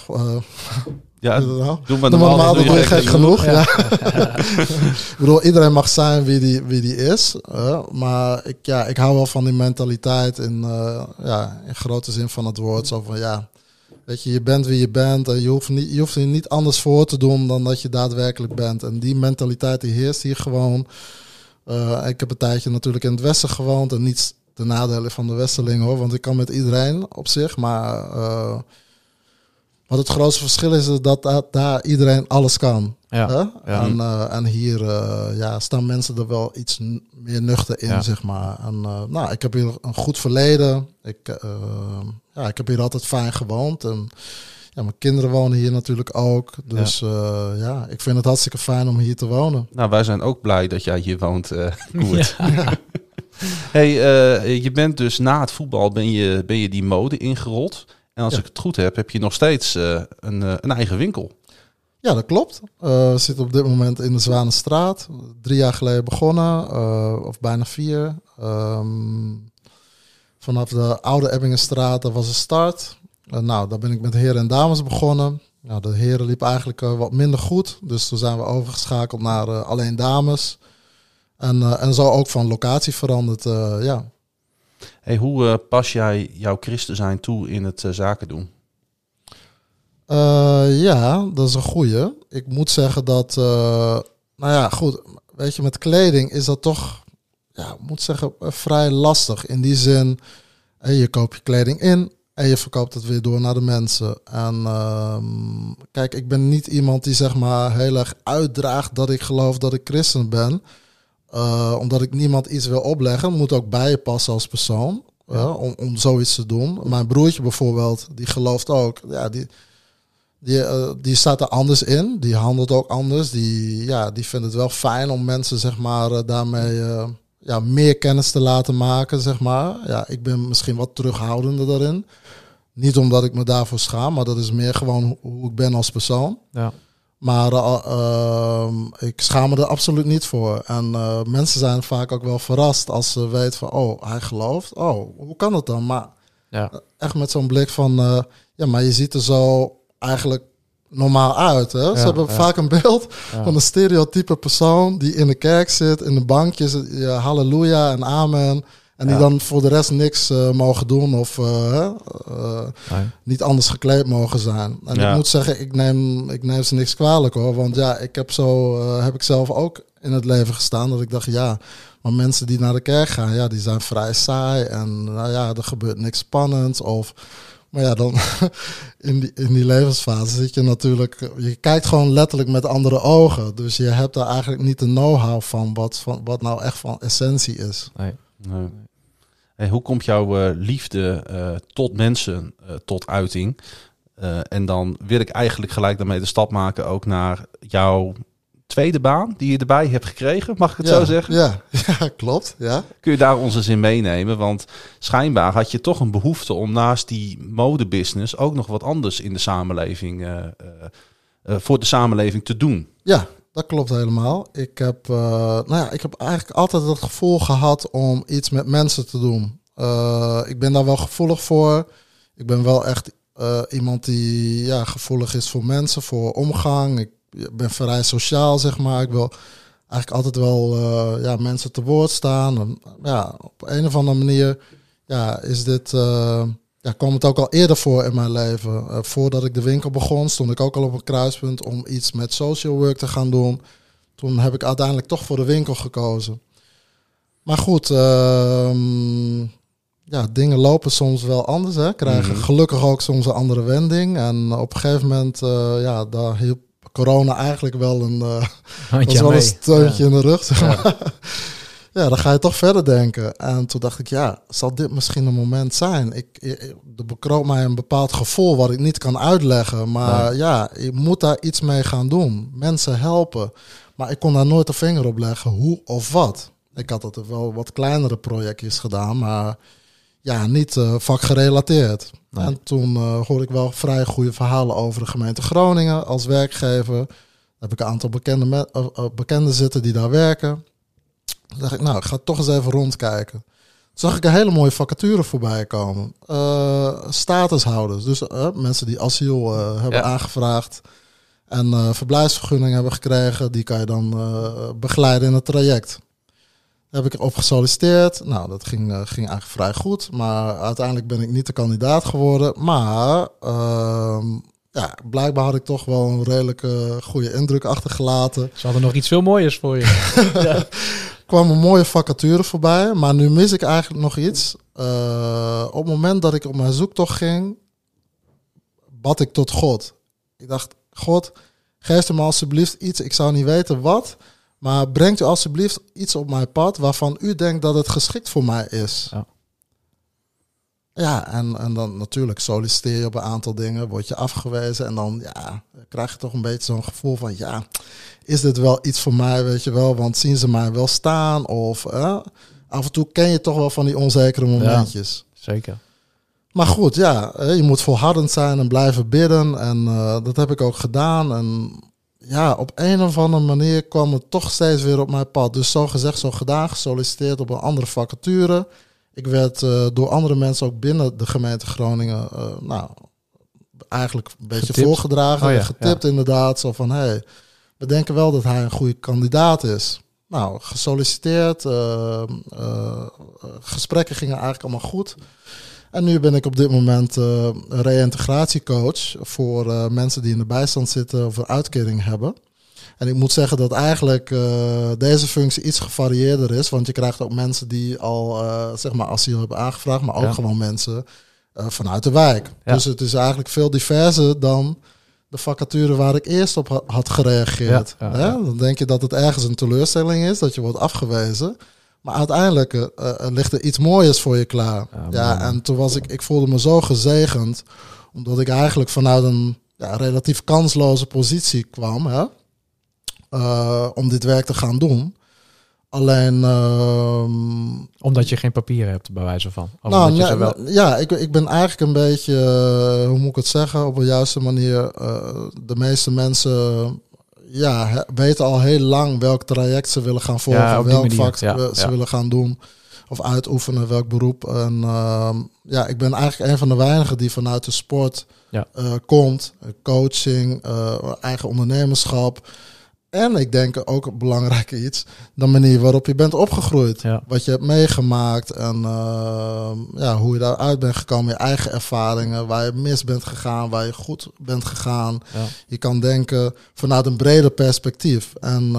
maar normaal, dat doe je gek genoeg. Ja. Ik bedoel, iedereen mag zijn wie die is. Maar ik hou wel van die mentaliteit in grote zin van het woord. Zo van weet je bent wie je bent en je hoeft er niet anders voor te doen dan dat je daadwerkelijk bent. En die mentaliteit die heerst hier gewoon. Ik heb een tijdje natuurlijk in het Westen gewoond en niet de nadelen van de Westerling hoor, want ik kan met iedereen op zich, maar wat het grootste verschil is dat daar iedereen alles kan. Ja. Ja. En hier staan mensen er wel iets meer nuchter in, zeg maar. En ik heb hier een goed verleden. Ik heb hier altijd fijn gewoond. En mijn kinderen wonen hier natuurlijk ook. Dus ik vind het hartstikke fijn om hier te wonen. Nou, wij zijn ook blij dat jij hier woont, Koert. Ja. Hey, je bent dus na het voetbal ben je die mode ingerold. En als ik het goed heb je nog steeds een eigen winkel. Ja, dat klopt. We zitten op dit moment in de Zwanenstraat. 3 jaar geleden begonnen, of bijna 4. Vanaf de oude Ebbingenstraat, dat was een start. Daar ben ik met heren en dames begonnen. Nou, de heren liep eigenlijk wat minder goed. Dus toen zijn we overgeschakeld naar alleen dames. En zo ook van locatie veranderd, Hey, hoe pas jij jouw christen zijn toe in het zaken doen? Dat is een goeie. Ik moet zeggen dat, goed, weet je, met kleding is dat toch, moet zeggen, vrij lastig. In die zin, je koopt je kleding in en je verkoopt het weer door naar de mensen. En kijk, ik ben niet iemand die zeg maar heel erg uitdraagt dat ik geloof dat ik christen ben. Omdat ik niemand iets wil opleggen, moet ook bij je passen als persoon. Om zoiets te doen. Mijn broertje bijvoorbeeld, die gelooft ook. Ja, die staat er anders in. Die handelt ook anders. Die vindt het wel fijn om mensen zeg maar daarmee meer kennis te laten maken. Zeg maar. Ja, ik ben misschien wat terughoudender daarin. Niet omdat ik me daarvoor schaam, maar dat is meer gewoon hoe ik ben als persoon. Ja. Maar ik schaam me er absoluut niet voor. En mensen zijn vaak ook wel verrast als ze weten van, hij gelooft. Hoe kan het dan? Maar echt met zo'n blik van, maar je ziet er zo eigenlijk normaal uit. Hè? Ze hebben vaak een beeld van een stereotype persoon die in de kerk zit, in de bankjes, halleluja en amen. En die dan voor de rest niks mogen doen of niet anders gekleed mogen zijn. En ik moet zeggen, ik neem ze niks kwalijk hoor. Want heb ik zelf ook in het leven gestaan. Dat ik dacht, maar mensen die naar de kerk gaan, die zijn vrij saai. En er gebeurt niks spannends. Maar dan in die levensfase zit je natuurlijk, je kijkt gewoon letterlijk met andere ogen. Dus je hebt daar eigenlijk niet de know-how van wat nou echt van essentie is. Nee. Hey, hoe komt jouw liefde tot mensen tot uiting? En dan wil ik eigenlijk gelijk daarmee de stap maken ook naar jouw tweede baan die je erbij hebt gekregen. Mag ik het zo zeggen? Ja, klopt. Ja. Kun je daar ons eens in meenemen? Want schijnbaar had je toch een behoefte om naast die modebusiness ook nog wat anders in de samenleving voor de samenleving te doen. Ja. Dat klopt helemaal. Ik heb eigenlijk altijd het gevoel gehad om iets met mensen te doen. Ik ben daar wel gevoelig voor. Ik ben wel echt iemand die gevoelig is voor mensen, voor omgang. Ik ben vrij sociaal, zeg maar. Ik wil eigenlijk altijd wel mensen te woord staan. En, op een of andere manier is dit... kwam het ook al eerder voor in mijn leven. Voordat ik de winkel begon, stond ik ook al op een kruispunt om iets met social work te gaan doen. Toen heb ik uiteindelijk toch voor de winkel gekozen. Maar goed, dingen lopen soms wel anders. Hè? Krijgen gelukkig ook soms een andere wending. En op een gegeven moment, daar hielp corona eigenlijk wel een steuntje in de rug. Zeg maar. Ja, dan ga je toch verder denken. En toen dacht ik, zal dit misschien een moment zijn? Er bekroop mij een bepaald gevoel wat ik niet kan uitleggen. Maar je moet daar iets mee gaan doen. Mensen helpen. Maar ik kon daar nooit de vinger op leggen hoe of wat. Ik had altijd wel wat kleinere projectjes gedaan. Maar niet vakgerelateerd. Nee. En toen hoorde ik wel vrij goede verhalen over de gemeente Groningen als werkgever. Daar heb ik een aantal bekenden zitten die daar werken. Toen dacht ik, nou, ik ga toch eens even rondkijken. Toen zag ik een hele mooie vacature voorbij komen. Statushouders, dus mensen die asiel hebben aangevraagd en verblijfsvergunning hebben gekregen, die kan je dan begeleiden in het traject. Daar heb ik erop gesolliciteerd. Nou, dat ging eigenlijk vrij goed, maar uiteindelijk ben ik niet de kandidaat geworden. Maar blijkbaar had ik toch wel een redelijke goede indruk achtergelaten. Ze hadden nog iets veel mooiers voor je. Ja. Kwam een mooie vacature voorbij, maar nu mis ik eigenlijk nog iets. Op het moment dat ik op mijn zoektocht ging, bad ik tot God. Ik dacht, God, geef me alsjeblieft iets, ik zou niet weten wat, maar brengt u alsjeblieft iets op mijn pad waarvan u denkt dat het geschikt voor mij is. Ja, en dan natuurlijk solliciteer je op een aantal dingen, word je afgewezen en dan krijg je toch een beetje zo'n gevoel van, is dit wel iets voor mij, weet je wel, want zien ze mij wel staan of af en toe ken je toch wel van die onzekere momentjes. Ja, zeker. Maar goed, je moet volhardend zijn en blijven bidden en dat heb ik ook gedaan en op een of andere manier kwam het toch steeds weer op mijn pad. Dus zo gezegd, zo gedaan, gesolliciteerd op een andere vacature. Ik werd door andere mensen ook binnen de gemeente Groningen eigenlijk een beetje voorgedragen en getipt inderdaad. Zo van, we denken wel dat hij een goede kandidaat is. Nou, gesolliciteerd, gesprekken gingen eigenlijk allemaal goed. En nu ben ik op dit moment reïntegratiecoach voor mensen die in de bijstand zitten of een uitkering hebben. En ik moet zeggen dat eigenlijk deze functie iets gevarieerder is. Want je krijgt ook mensen die al asiel hebben aangevraagd. Maar ook gewoon mensen vanuit de wijk. Ja. Dus het is eigenlijk veel diverser dan de vacature waar ik eerst op had gereageerd. Dan denk je dat het ergens een teleurstelling is. Dat je wordt afgewezen. Maar uiteindelijk ligt er iets mooiers voor je klaar. En toen ik voelde me zo gezegend. Omdat ik eigenlijk vanuit een relatief kansloze positie kwam. Om dit werk te gaan doen. Alleen... Omdat je geen papier hebt, bij wijze van. Ik ben eigenlijk een beetje... hoe moet ik het zeggen? Op een juiste manier... de meeste mensen... weten al heel lang welk traject ze willen gaan volgen. Welk vak ze willen gaan doen. Of uitoefenen, welk beroep. En ik ben eigenlijk een van de weinigen die vanuit de sport komt. Coaching, eigen ondernemerschap... En ik denk ook een belangrijk iets, de manier waarop je bent opgegroeid. Ja. Wat je hebt meegemaakt en hoe je daaruit bent gekomen. Je eigen ervaringen, waar je mis bent gegaan, waar je goed bent gegaan. Ja. Je kan denken vanuit een breder perspectief. En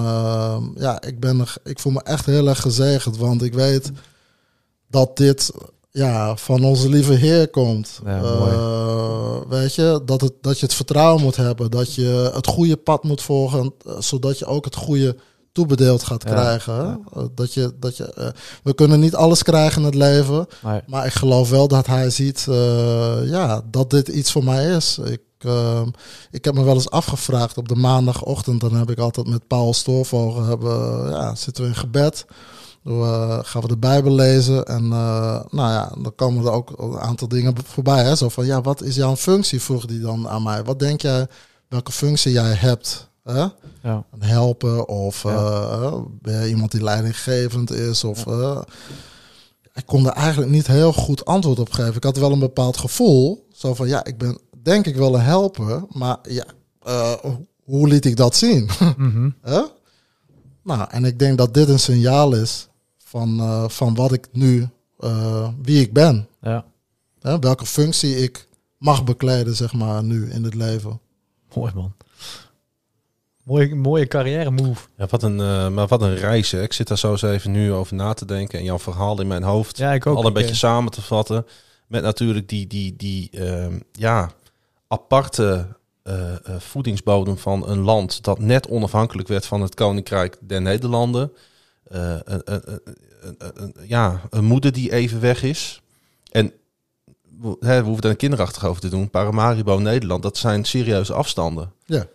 ik voel me echt heel erg gezegend, want ik weet dat dit... van onze lieve Heer komt. Weet je, dat je het vertrouwen moet hebben. Dat je het goede pad moet volgen. Zodat je ook het goede toebedeeld gaat krijgen. We kunnen niet alles krijgen in het leven. Nee. Maar ik geloof wel dat hij ziet dat dit iets voor mij is. Ik heb me wel eens afgevraagd op de maandagochtend. Dan heb ik altijd met Paul Stoorvogel zitten we in gebed. Dan gaan we de Bijbel lezen en dan komen er ook een aantal dingen voorbij. Hè? Zo van, wat is jouw functie, vroeg die dan aan mij. Wat denk jij, welke functie jij hebt? Hè? Ja. Een helper of ben je iemand die leidinggevend is? Of, ik kon er eigenlijk niet heel goed antwoord op geven. Ik had wel een bepaald gevoel. Zo van, ik ben denk ik wel een helper, maar hoe liet ik dat zien? Mm-hmm. En ik denk dat dit een signaal is van wat ik nu, wie ik ben. Ja. Welke functie ik mag bekleden, zeg maar, nu in het leven. Mooi, man. Mooie carrière move. Ja, wat een reis. Hè. Ik zit daar zo eens even nu over na te denken en jouw verhaal in mijn hoofd ik ook, al een beetje samen te vatten. Met natuurlijk die aparte voedingsbodem van een land dat net onafhankelijk werd van het Koninkrijk der Nederlanden. Een moeder die even weg is. En we hoeven daar kinderachtig over te doen. Paramaribo, Nederland, dat zijn serieuze afstanden. Ja.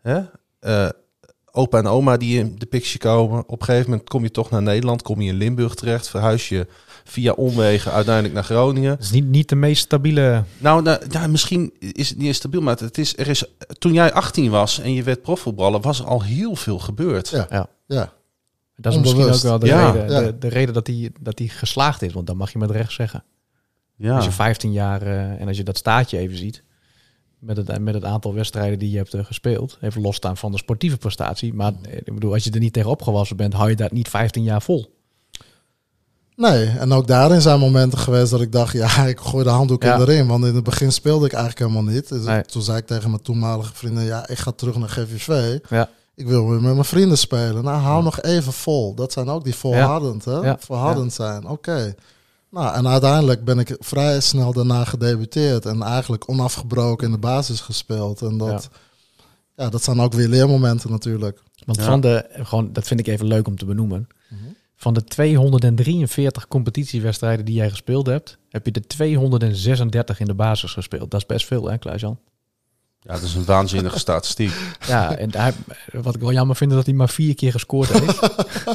Opa en oma die in de picture komen. Op een gegeven moment kom je toch naar Nederland. Kom je in Limburg terecht. Verhuis je via omwegen uiteindelijk naar Groningen. Het is niet de meest stabiele... Nou, misschien is het niet eens stabiel, maar toen jij 18 was en je werd profvoetballer, was er al heel veel gebeurd. Ja. Dat is Onbewust. misschien ook wel Ja. de reden dat hij geslaagd is. Want dan mag je met recht zeggen. Ja. Als je 15 jaar en als je dat staatje even ziet, met het aantal wedstrijden die je hebt gespeeld, even losstaan van de sportieve prestatie. Maar ik bedoel, als je er niet tegen opgewassen bent, hou je dat niet 15 jaar vol. Nee, en ook daarin zijn momenten geweest dat ik dacht, ja, ik gooi de handdoek in de ring. Want in het begin speelde ik eigenlijk helemaal niet. Dus toen zei ik tegen mijn toenmalige vrienden, ja, ik ga terug naar GVV. Ja. Ik wil weer met mijn vrienden spelen. Nou, hou nog even vol. Dat zijn ook die volhardend, hè? Ja. Volhardend zijn, oké. Nou, en uiteindelijk ben ik vrij snel daarna gedebuteerd. En eigenlijk onafgebroken in de basis gespeeld. En dat zijn ook weer leermomenten natuurlijk. Want dat vind ik even leuk om te benoemen. Van de 243 competitiewedstrijden die jij gespeeld hebt, heb je er 236 in de basis gespeeld. Dat is best veel, hè, Klaas-Jan? Ja, dat is een waanzinnige statistiek. Ja, en wat ik wel jammer vind, is dat hij maar 4 keer gescoord heeft.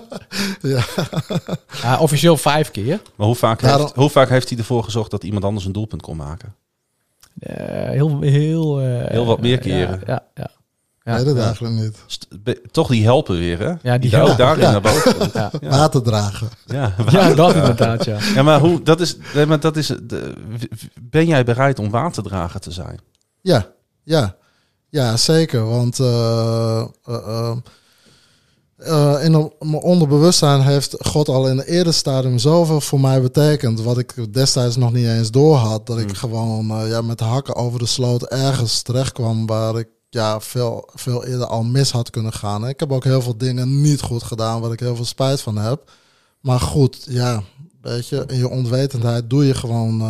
Officieel 5 keer. Maar hoe vaak heeft hij ervoor gezorgd dat iemand anders een doelpunt kon maken? Heel wat meer keren. Ja. Ik weet het eigenlijk niet. Toch die helpen weer, hè? Ja, die ook daarin naar boven komt. Ja. Water dragen. Ja, dat inderdaad, ja. Ja, maar ben jij bereid om waterdrager te zijn? Ja, zeker. Want in mijn onderbewustzijn heeft God al in het eerder stadium zoveel voor mij betekend. Wat ik destijds nog niet eens door had. Dat ik gewoon met de hakken over de sloot ergens terecht kwam waar ik veel eerder al mis had kunnen gaan. Ik heb ook heel veel dingen niet goed gedaan, waar ik heel veel spijt van heb. Maar goed, weet je, in je onwetendheid doe je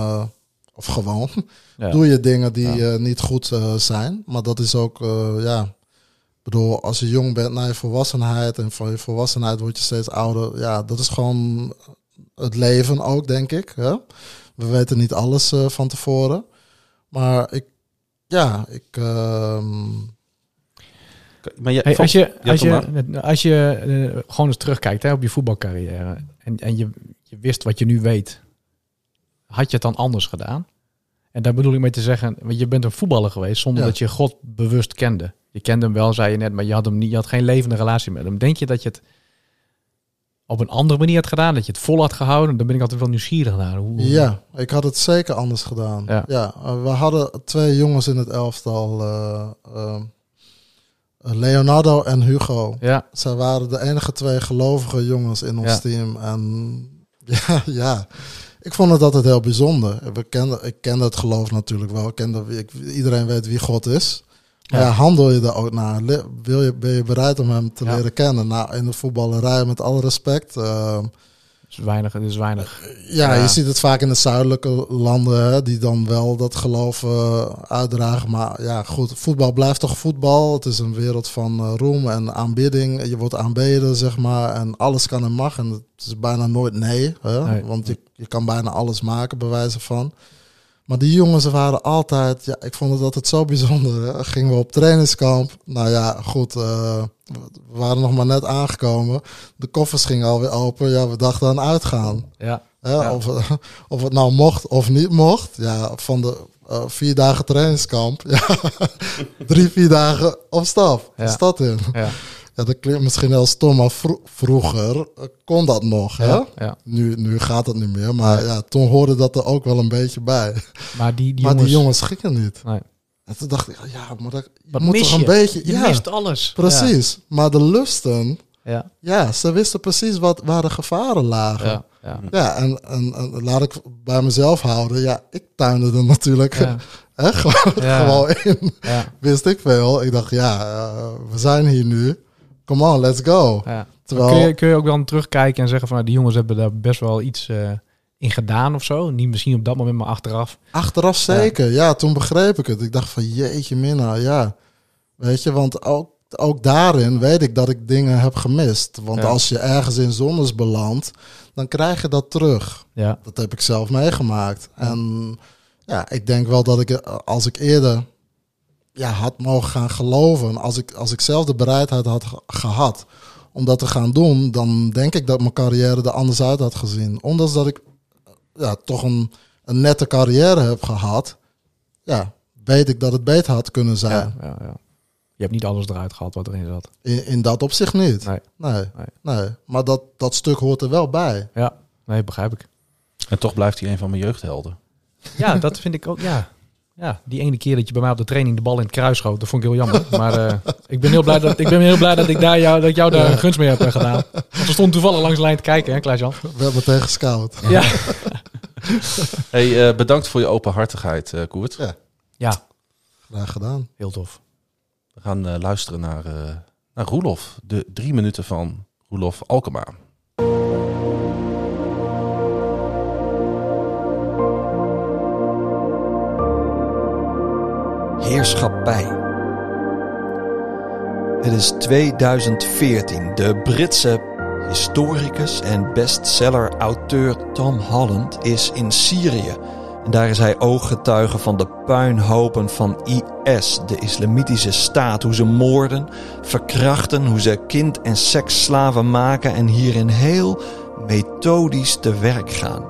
doe je dingen die niet goed zijn. Maar dat is ook, bedoel, als je jong bent naar je volwassenheid en van je volwassenheid word je steeds ouder. Ja, dat is gewoon het leven ook, denk ik. Hè? We weten niet alles van tevoren. Maar als je gewoon eens terugkijkt, hè, op je voetbalcarrière en je wist wat je nu weet, had je het dan anders gedaan? En daar bedoel ik mee te zeggen, want je bent een voetballer geweest zonder dat je God bewust kende. Je kende hem wel, zei je net, maar je had geen levende relatie met hem. Denk je dat je het op een andere manier had gedaan, dat je het vol had gehouden? Dan ben ik altijd wel nieuwsgierig naar. Ja, ik had het zeker anders gedaan. Ja, we hadden 2 jongens in het elftal, Leonardo en Hugo. Ja. Zij waren de enige 2 gelovige jongens in ons team. En ik vond het altijd heel bijzonder. Ik kende het geloof natuurlijk wel. Iedereen weet wie God is. Maar handel je daar ook naar? Ben je bereid om hem te leren kennen? Nou, in de voetballerij, met alle respect. Het is weinig. Ja, je ziet het vaak in de zuidelijke landen, hè, die dan wel dat geloof uitdragen. Maar ja, goed, voetbal blijft toch voetbal. Het is een wereld van roem en aanbidding. Je wordt aanbeden, zeg maar. En alles kan en mag. En het is bijna nooit nee. Hè? Want je kan bijna alles maken, bij wijze van. Maar die jongens waren altijd... ik vond het altijd zo bijzonder. Hè? Gingen we op trainingskamp. Nou ja, goed. We waren nog maar net aangekomen. De koffers gingen alweer open. Ja, we dachten aan uitgaan. Ja. Of het nou mocht of niet mocht. Ja, van de 4 dagen trainingskamp. 3-4 dagen op stap. De stad in. Ja. Ja, dat klinkt misschien heel stom, maar vroeger kon dat nog. Hè? Ja. Nu gaat het niet meer, maar toen hoorde dat er ook wel een beetje bij. Maar die jongens gingen niet. Nee. En toen dacht ik, je moet toch een beetje... Je mist alles. Precies, maar de lusten... Ja, ze wisten precies waar de gevaren lagen. En laat ik bij mezelf houden. Ja, ik tuinde er natuurlijk gewoon in. Ja. Wist ik veel. Ik dacht, we zijn hier nu. Come on, let's go. Ja. Terwijl... Kun je ook dan terugkijken en zeggen van... die jongens hebben daar best wel iets in gedaan of zo? Niet misschien op dat moment, maar achteraf. Achteraf zeker. Ja, toen begreep ik het. Ik dacht van jeetje mina, ja. Weet je, want ook daarin weet ik dat ik dingen heb gemist. Want als je ergens in zondes belandt, dan krijg je dat terug. Ja. Dat heb ik zelf meegemaakt. Ja. En ik denk wel dat ik, als ik eerder had mogen gaan geloven, als ik zelf de bereidheid had gehad om dat te gaan doen, dan denk ik dat mijn carrière er anders uit had gezien. Ondanks dat ik toch een nette carrière heb gehad, weet ik dat het beter had kunnen zijn. Ja. Je hebt niet alles eruit gehaald wat erin zat. In dat opzicht niet. Nee. Maar dat stuk hoort er wel bij. Ja, nee, begrijp ik. En toch blijft hij een van mijn jeugdhelden. Ja, dat vind ik ook, Ja, die ene keer dat je bij mij op de training de bal in het kruis schoot, dat vond ik heel jammer. Maar ik ben heel blij dat ik jou daar een gunst mee heb gedaan. Want we stonden toevallig langs de lijn te kijken, hè, Klaas-Jan? We hebben tegen gescout. Ja. Hey, bedankt voor je openhartigheid, Koert. Ja. Graag gedaan. Heel tof. We gaan luisteren naar Roelof. De 3 minuten van Roelof Alkema. Heerschappij. Het is 2014. De Britse historicus en bestseller-auteur Tom Holland is in Syrië. En daar is hij ooggetuige van de puinhopen van IS, de islamitische staat. Hoe ze moorden, verkrachten, hoe ze kind- en seksslaven maken en hierin heel methodisch te werk gaan.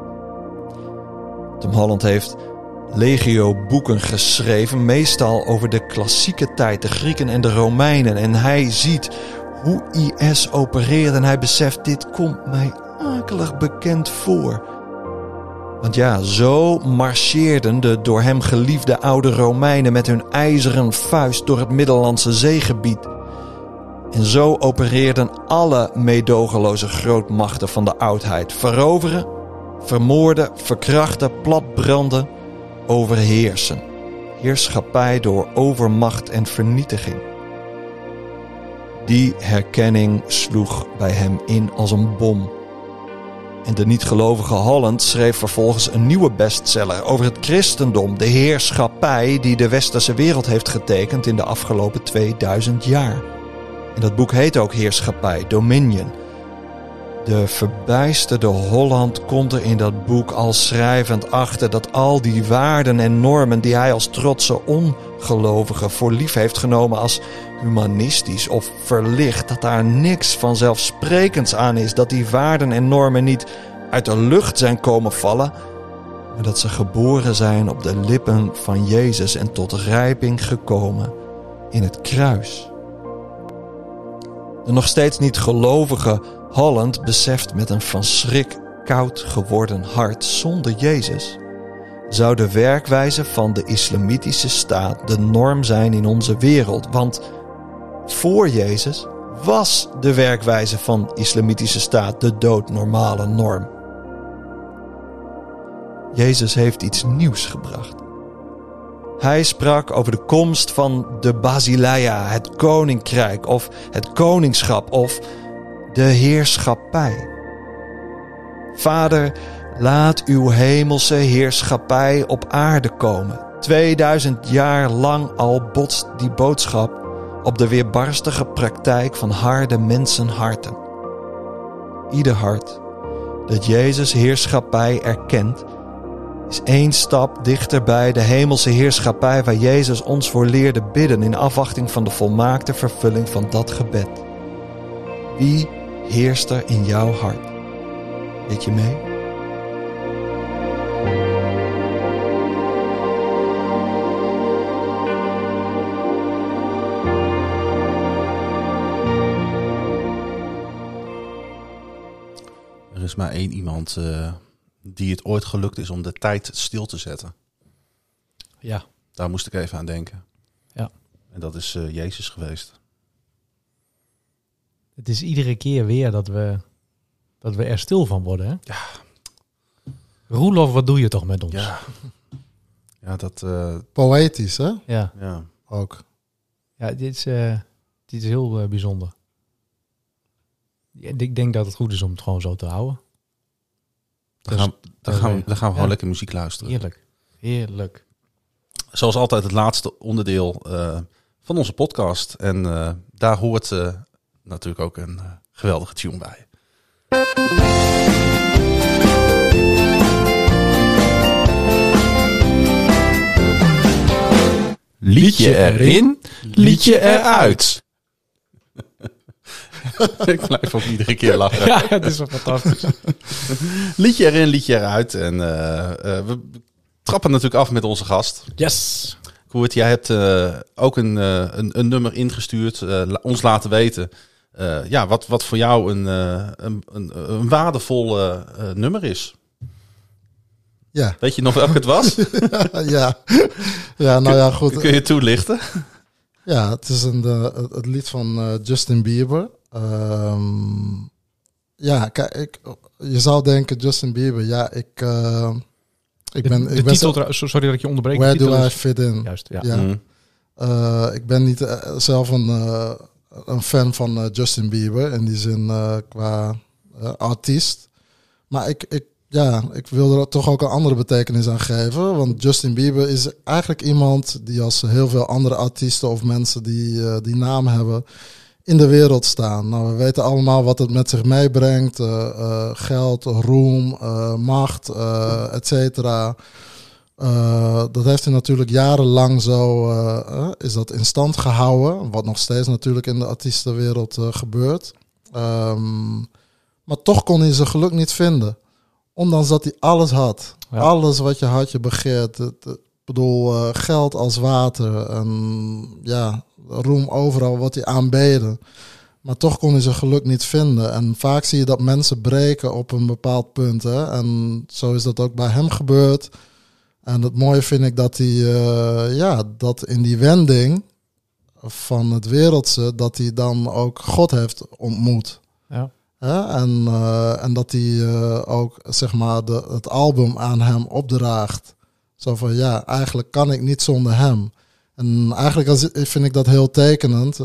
Tom Holland heeft legio boeken geschreven, meestal over de klassieke tijd, de Grieken en de Romeinen. En hij ziet hoe IS opereert en hij beseft, dit komt mij akelig bekend voor. Want ja, zo marcheerden de door hem geliefde oude Romeinen met hun ijzeren vuist door het Middellandse zeegebied. En zo opereerden alle meedogenloze grootmachten van de oudheid. Veroveren, vermoorden, verkrachten, platbranden, overheersen. Heerschappij door overmacht en vernietiging. Die herkenning sloeg bij hem in als een bom. En de niet-gelovige Holland schreef vervolgens een nieuwe bestseller over het christendom, de heerschappij die de westerse wereld heeft getekend in de afgelopen 2000 jaar. En dat boek heet ook Heerschappij, Dominion. De verbijsterde Holland komt er in dat boek al schrijvend achter dat al die waarden en normen die hij als trotse ongelovige voor lief heeft genomen als humanistisch of verlicht, dat daar niks vanzelfsprekends aan is, dat die waarden en normen niet uit de lucht zijn komen vallen, maar dat ze geboren zijn op de lippen van Jezus en tot rijping gekomen in het kruis. De nog steeds niet gelovige Holland beseft met een van schrik koud geworden hart, zonder Jezus zou de werkwijze van de islamitische staat de norm zijn in onze wereld. Want voor Jezus was de werkwijze van de islamitische staat de doodnormale norm. Jezus heeft iets nieuws gebracht. Hij sprak over de komst van de Basileia, het koninkrijk of het koningschap of de heerschappij. Vader, laat uw hemelse heerschappij op aarde komen. 2000 jaar lang al botst die boodschap op de weerbarstige praktijk van harde mensenharten. Ieder hart dat Jezus' heerschappij erkent, is 1 stap dichter bij de hemelse heerschappij waar Jezus ons voor leerde bidden in afwachting van de volmaakte vervulling van dat gebed. Wie heerst er in jouw hart? Weet je mee? Er is maar 1 iemand die het ooit gelukt is om de tijd stil te zetten. Ja. Daar moest ik even aan denken. Ja. En dat is Jezus geweest. Het is iedere keer weer dat we er stil van worden. Hè? Ja. Roelof, wat doe je toch met ons? Ja, dat... Poëtisch, hè? Ja. Ook. Ja, dit is heel bijzonder. Ik denk dat het goed is om het gewoon zo te houden. Dan gaan we gewoon lekker muziek luisteren. Heerlijk. Zoals altijd het laatste onderdeel van onze podcast. En daar hoort natuurlijk ook een geweldige tune bij. Liedje erin, liedje eruit. Ik blijf ook iedere keer lachen. Ja, het is wel fantastisch. Liedje erin, liedje eruit. En we trappen natuurlijk af met onze gast. Yes. Koert, jij hebt ook een nummer ingestuurd. Ons laten weten. Wat voor jou een waardevol nummer is. Ja. Weet je nog welke het was? Ja, nou ja, goed. Kun je toelichten? Ja, het is het lied van Justin Bieber. Kijk, je zou denken Justin Bieber. Ja, ik ben... Sorry dat ik je onderbreek. Where do I fit in? Juist, ja. Ik ben niet zelf een fan van Justin Bieber. In die zin qua artiest. Maar ik wil er toch ook een andere betekenis aan geven. Want Justin Bieber is eigenlijk iemand die als heel veel andere artiesten of mensen die naam hebben in de wereld staan. Nou, we weten allemaal wat het met zich meebrengt. Geld, roem, macht, et cetera. Dat heeft hij natuurlijk jarenlang zo is dat in stand gehouden. Wat nog steeds natuurlijk in de artiestenwereld gebeurt. Maar toch kon hij zijn geluk niet vinden. Ondanks dat hij alles had. Ja. Alles wat je hartje begeert. Ik bedoel, geld als water. En roem overal wat hij aanbeden. Maar toch kon hij zijn geluk niet vinden. En vaak zie je dat mensen breken op een bepaald punt. Hè? En zo is dat ook bij hem gebeurd. En het mooie vind ik dat hij dat in die wending van het wereldse, dat hij dan ook God heeft ontmoet. Ja. En dat hij ook zeg maar het album aan hem opdraagt. Zo van eigenlijk kan ik niet zonder hem. En eigenlijk vind ik dat heel tekenend.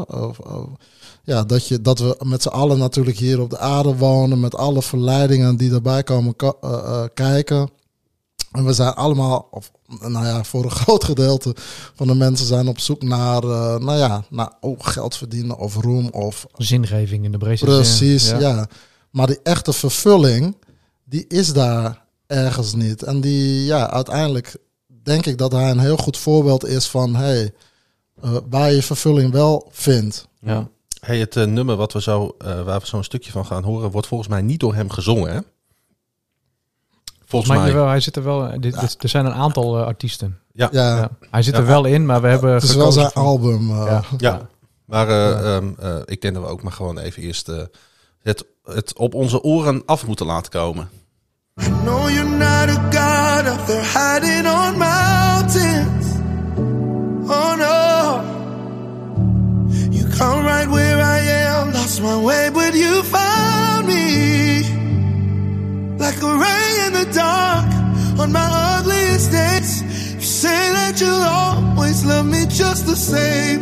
Dat we met z'n allen natuurlijk hier op de aarde wonen, met alle verleidingen die erbij komen kijken. En we zijn allemaal, voor een groot gedeelte van de mensen zijn op zoek naar geld verdienen of roem of zingeving in de breedste zin. Precies, ja. Maar die echte vervulling, die is daar ergens niet. En uiteindelijk denk ik dat hij een heel goed voorbeeld is van waar je vervulling wel vindt. Ja. Het nummer waar we zo'n stukje van gaan horen, wordt volgens mij niet door hem gezongen, hè? Volgens mij. Hij zit er wel. Er zijn een aantal artiesten. Ja. Hij zit er wel in, maar we hebben. Het is wel zijn album. Maar ik denk dat we ook maar gewoon even eerst het op onze oren af moeten laten komen. I know you're not a god up there hiding on mountains. Oh no. You come right where I am, lost my way, but you found me. Like a ray in the dark on my ugliest days. You say that you'll always love me just the same.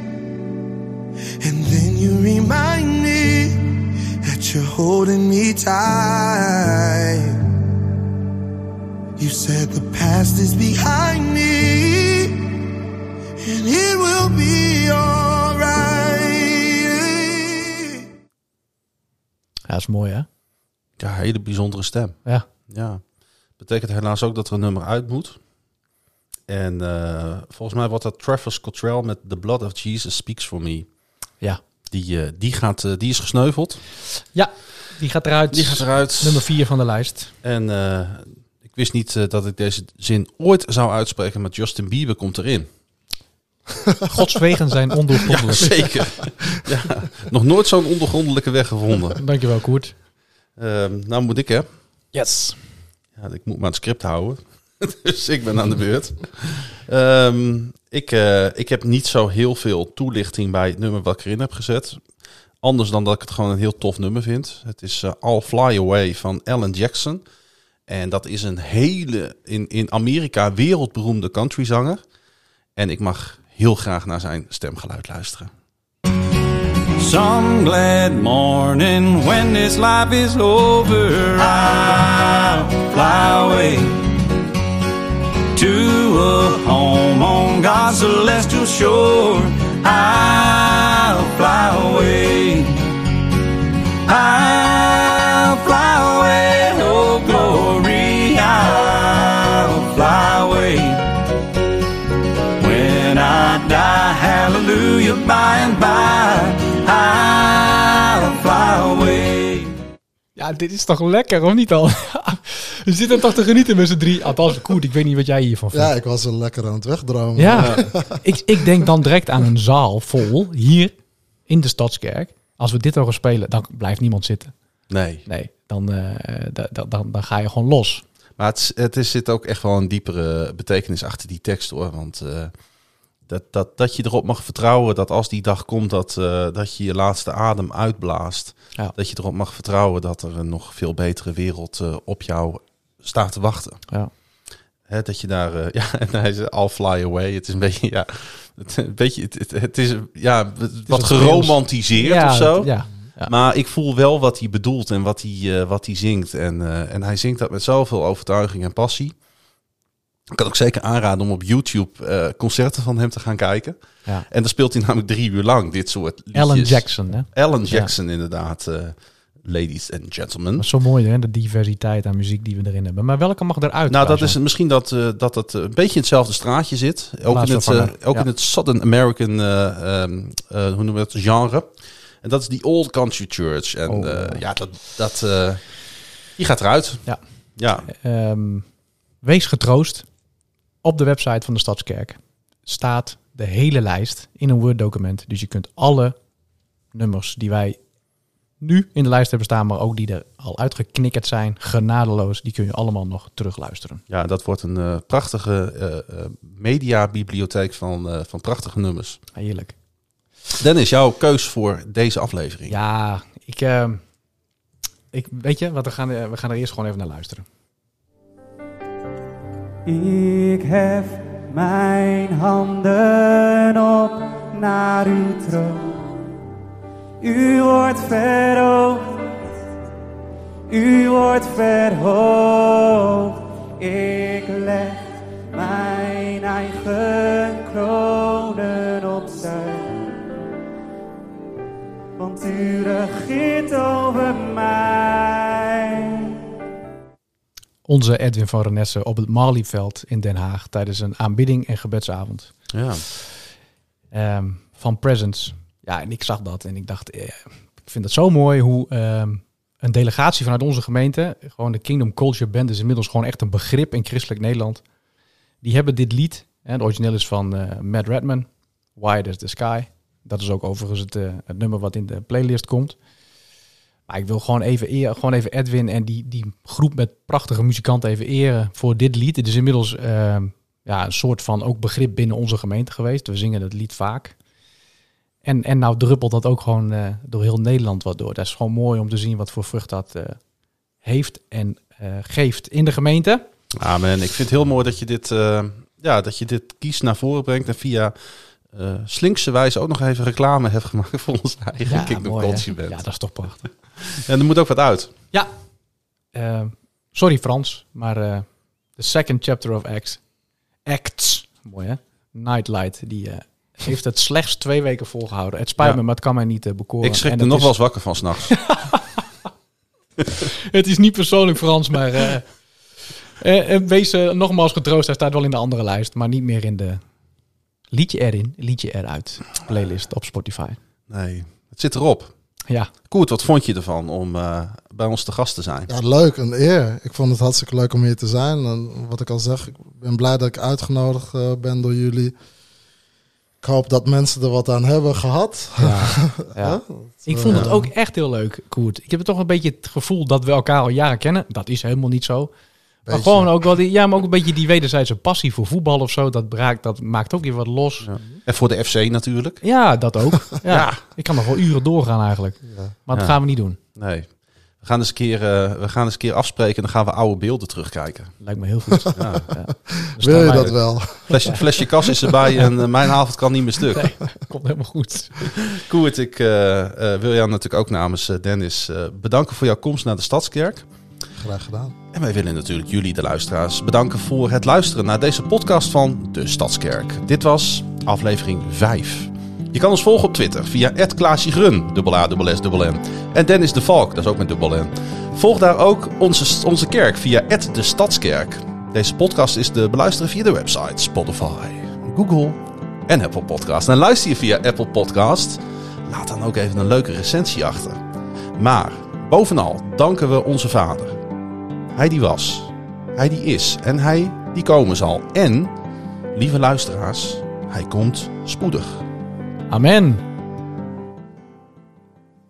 And then you remind me that you're holding me tight. You said the past is behind me and it will be alright. Ja, dat is mooi, hè? Ja, hele bijzondere stem. Ja. Betekent helaas ook dat er een nummer uit moet. En volgens mij wordt dat Travis Cottrell met The Blood of Jesus Speaks For Me. Ja. Die is gesneuveld. Ja, die gaat eruit. Nummer 4 van de lijst. En ik wist niet dat ik deze zin ooit zou uitspreken, maar Justin Bieber komt erin. Gods wegen zijn ondoorgrondelijk. Ja, zeker. Ja, nog nooit zo'n ondergrondelijke weg gevonden. Dankjewel, Koert. Nou moet ik, hè? Yes. Ja, ik moet maar het script houden. Dus ik ben aan de beurt. Ik heb niet zo heel veel toelichting bij het nummer wat ik erin heb gezet. Anders dan dat ik het gewoon een heel tof nummer vind. Het is I'll Fly Away van Alan Jackson. En dat is een hele, in Amerika wereldberoemde countryzanger. En ik mag heel graag naar zijn stemgeluid luisteren. Some glad morning when this life is over, I'll fly away to a home on God's celestial shore. I'll fly away. I'll fly away, oh glory. I'll fly away. When I die, hallelujah, by and by, I'll Ja, dit is toch lekker, of niet al? We zitten toch te genieten met z'n 3. Althans, Koert, ik weet niet wat jij hiervan vindt. Ja, ik was er lekker aan het wegdromen. Ja, ik denk dan direct aan een zaal vol, hier in de Stadskerk. Als we dit gaan spelen, dan blijft niemand zitten. Nee, Dan ga je gewoon los. maar zit ook echt wel een diepere betekenis achter die tekst, hoor. Want dat je erop mag vertrouwen dat als die dag komt dat je je laatste adem uitblaast. Ja. Dat je erop mag vertrouwen dat er een nog veel betere wereld op jou staat te wachten. Ja. Hè, dat je daar, en hij zei, I'll fly away. Het is een beetje, het is wat geromantiseerd of zo. Ja. Maar ik voel wel wat hij bedoelt en wat hij zingt. En hij zingt dat met zoveel overtuiging en passie. Ik kan ook zeker aanraden om op YouTube concerten van hem te gaan kijken. Ja. En dan speelt hij namelijk 3 uur lang dit soort liedjes. Alan Jackson, hè? Alan Jackson, inderdaad. Ladies and gentlemen. Dat is zo mooi, hè? De diversiteit aan muziek die we erin hebben. Maar welke mag eruit? Nou, dat is misschien dat het een beetje in hetzelfde straatje zit. Ook in het Southern American hoe noemen we het, genre. En dat is die Old Country Church. En die gaat eruit. Ja. Wees getroost. Op de website van de Stadskerk staat de hele lijst in een Word-document. Dus je kunt alle nummers die wij nu in de lijst hebben staan, maar ook die er al uitgeknikkerd zijn, genadeloos, die kun je allemaal nog terugluisteren. Ja, dat wordt een prachtige mediabibliotheek van prachtige nummers. Heerlijk. Dennis, jouw keus voor deze aflevering. Ja, ik weet je wat, we gaan er eerst gewoon even naar luisteren. Ik hef mijn handen op naar uw troon. U wordt verhoogd, u wordt verhoogd. Ik leg mijn eigen kronen opzij, want u regeert over mij. Onze Edwin van Renesse op het Marlieveld in Den Haag tijdens een aanbidding en gebedsavond. Ja. Van Presence. Ja, en ik zag dat en ik dacht, ik vind het zo mooi hoe een delegatie vanuit onze gemeente, gewoon de Kingdom Culture Band, is inmiddels gewoon echt een begrip in christelijk Nederland. Die hebben dit lied, het origineel is van Matt Redman, Wide as the Sky. Dat is ook overigens het nummer wat in de playlist komt. Maar ik wil gewoon even Edwin en die groep met prachtige muzikanten even eren voor dit lied. Het is inmiddels een soort van ook begrip binnen onze gemeente geweest. We zingen dat lied vaak. En nou druppelt dat ook gewoon door heel Nederland wat door. Dat is gewoon mooi om te zien wat voor vrucht dat heeft en geeft in de gemeente. Amen. Ik vind het heel mooi dat je dit kiest naar voren brengt en via slinkse wijze ook nog even reclame heeft gemaakt voor onze eigen Kingdom Culture Band. Ja, dat is toch prachtig. En er moet ook wat uit. Ja. Sorry Frans, maar the second chapter of Acts. Mooi hè? Nightlight, die heeft het slechts 2 weken volgehouden. Het spijt me, maar het kan mij niet bekoren. Ik schrik er nog wel eens wakker van 's nachts. Het is niet persoonlijk Frans, maar wees nogmaals getroost. Hij staat wel in de andere lijst, maar niet meer in de liedje erin, liedje eruit playlist op Spotify. Nee, het zit erop. Ja. Koert, wat vond je ervan om bij ons te gast te zijn? Ja, leuk, een eer. Ik vond het hartstikke leuk om hier te zijn. En wat ik al zeg, ik ben blij dat ik uitgenodigd ben door jullie. Ik hoop dat mensen er wat aan hebben gehad. Ja. Ik vond het ook echt heel leuk, Koert. Ik heb toch een beetje het gevoel dat we elkaar al jaren kennen. Dat is helemaal niet zo. Maar gewoon ook wel maar ook een beetje die wederzijdse passie voor voetbal of zo. Dat maakt ook weer wat los. Ja. En voor de FC natuurlijk. Ja, dat ook. Ja. Ik kan nog wel uren doorgaan eigenlijk. Ja. Maar dat gaan we niet doen. Nee. We gaan eens een keer afspreken en dan gaan we oude beelden terugkijken. Lijkt me heel goed. Ja. Wil je dat wel? Flesje kas is erbij en mijn avond kan niet meer stuk. Nee, komt helemaal goed. Koert, ik wil jou natuurlijk ook namens Dennis bedanken voor jouw komst naar de Stadskerk. Graag gedaan. En wij willen natuurlijk jullie, de luisteraars, bedanken voor het luisteren naar deze podcast van de Stadskerk. Dit was aflevering 5. Je kan ons volgen op Twitter via @KlaasjeGrun, @ASSN. En Dennis de Valk, dat is ook met _N. Volg daar ook onze kerk via @de Stadskerk. Deze podcast is te beluisteren via de website, Spotify, Google en Apple Podcast. En luister je via Apple Podcast, laat dan ook even een leuke recensie achter. Maar Bovenal danken we onze Vader. Hij die was, hij die is en hij die komen zal. En, lieve luisteraars, hij komt spoedig. Amen.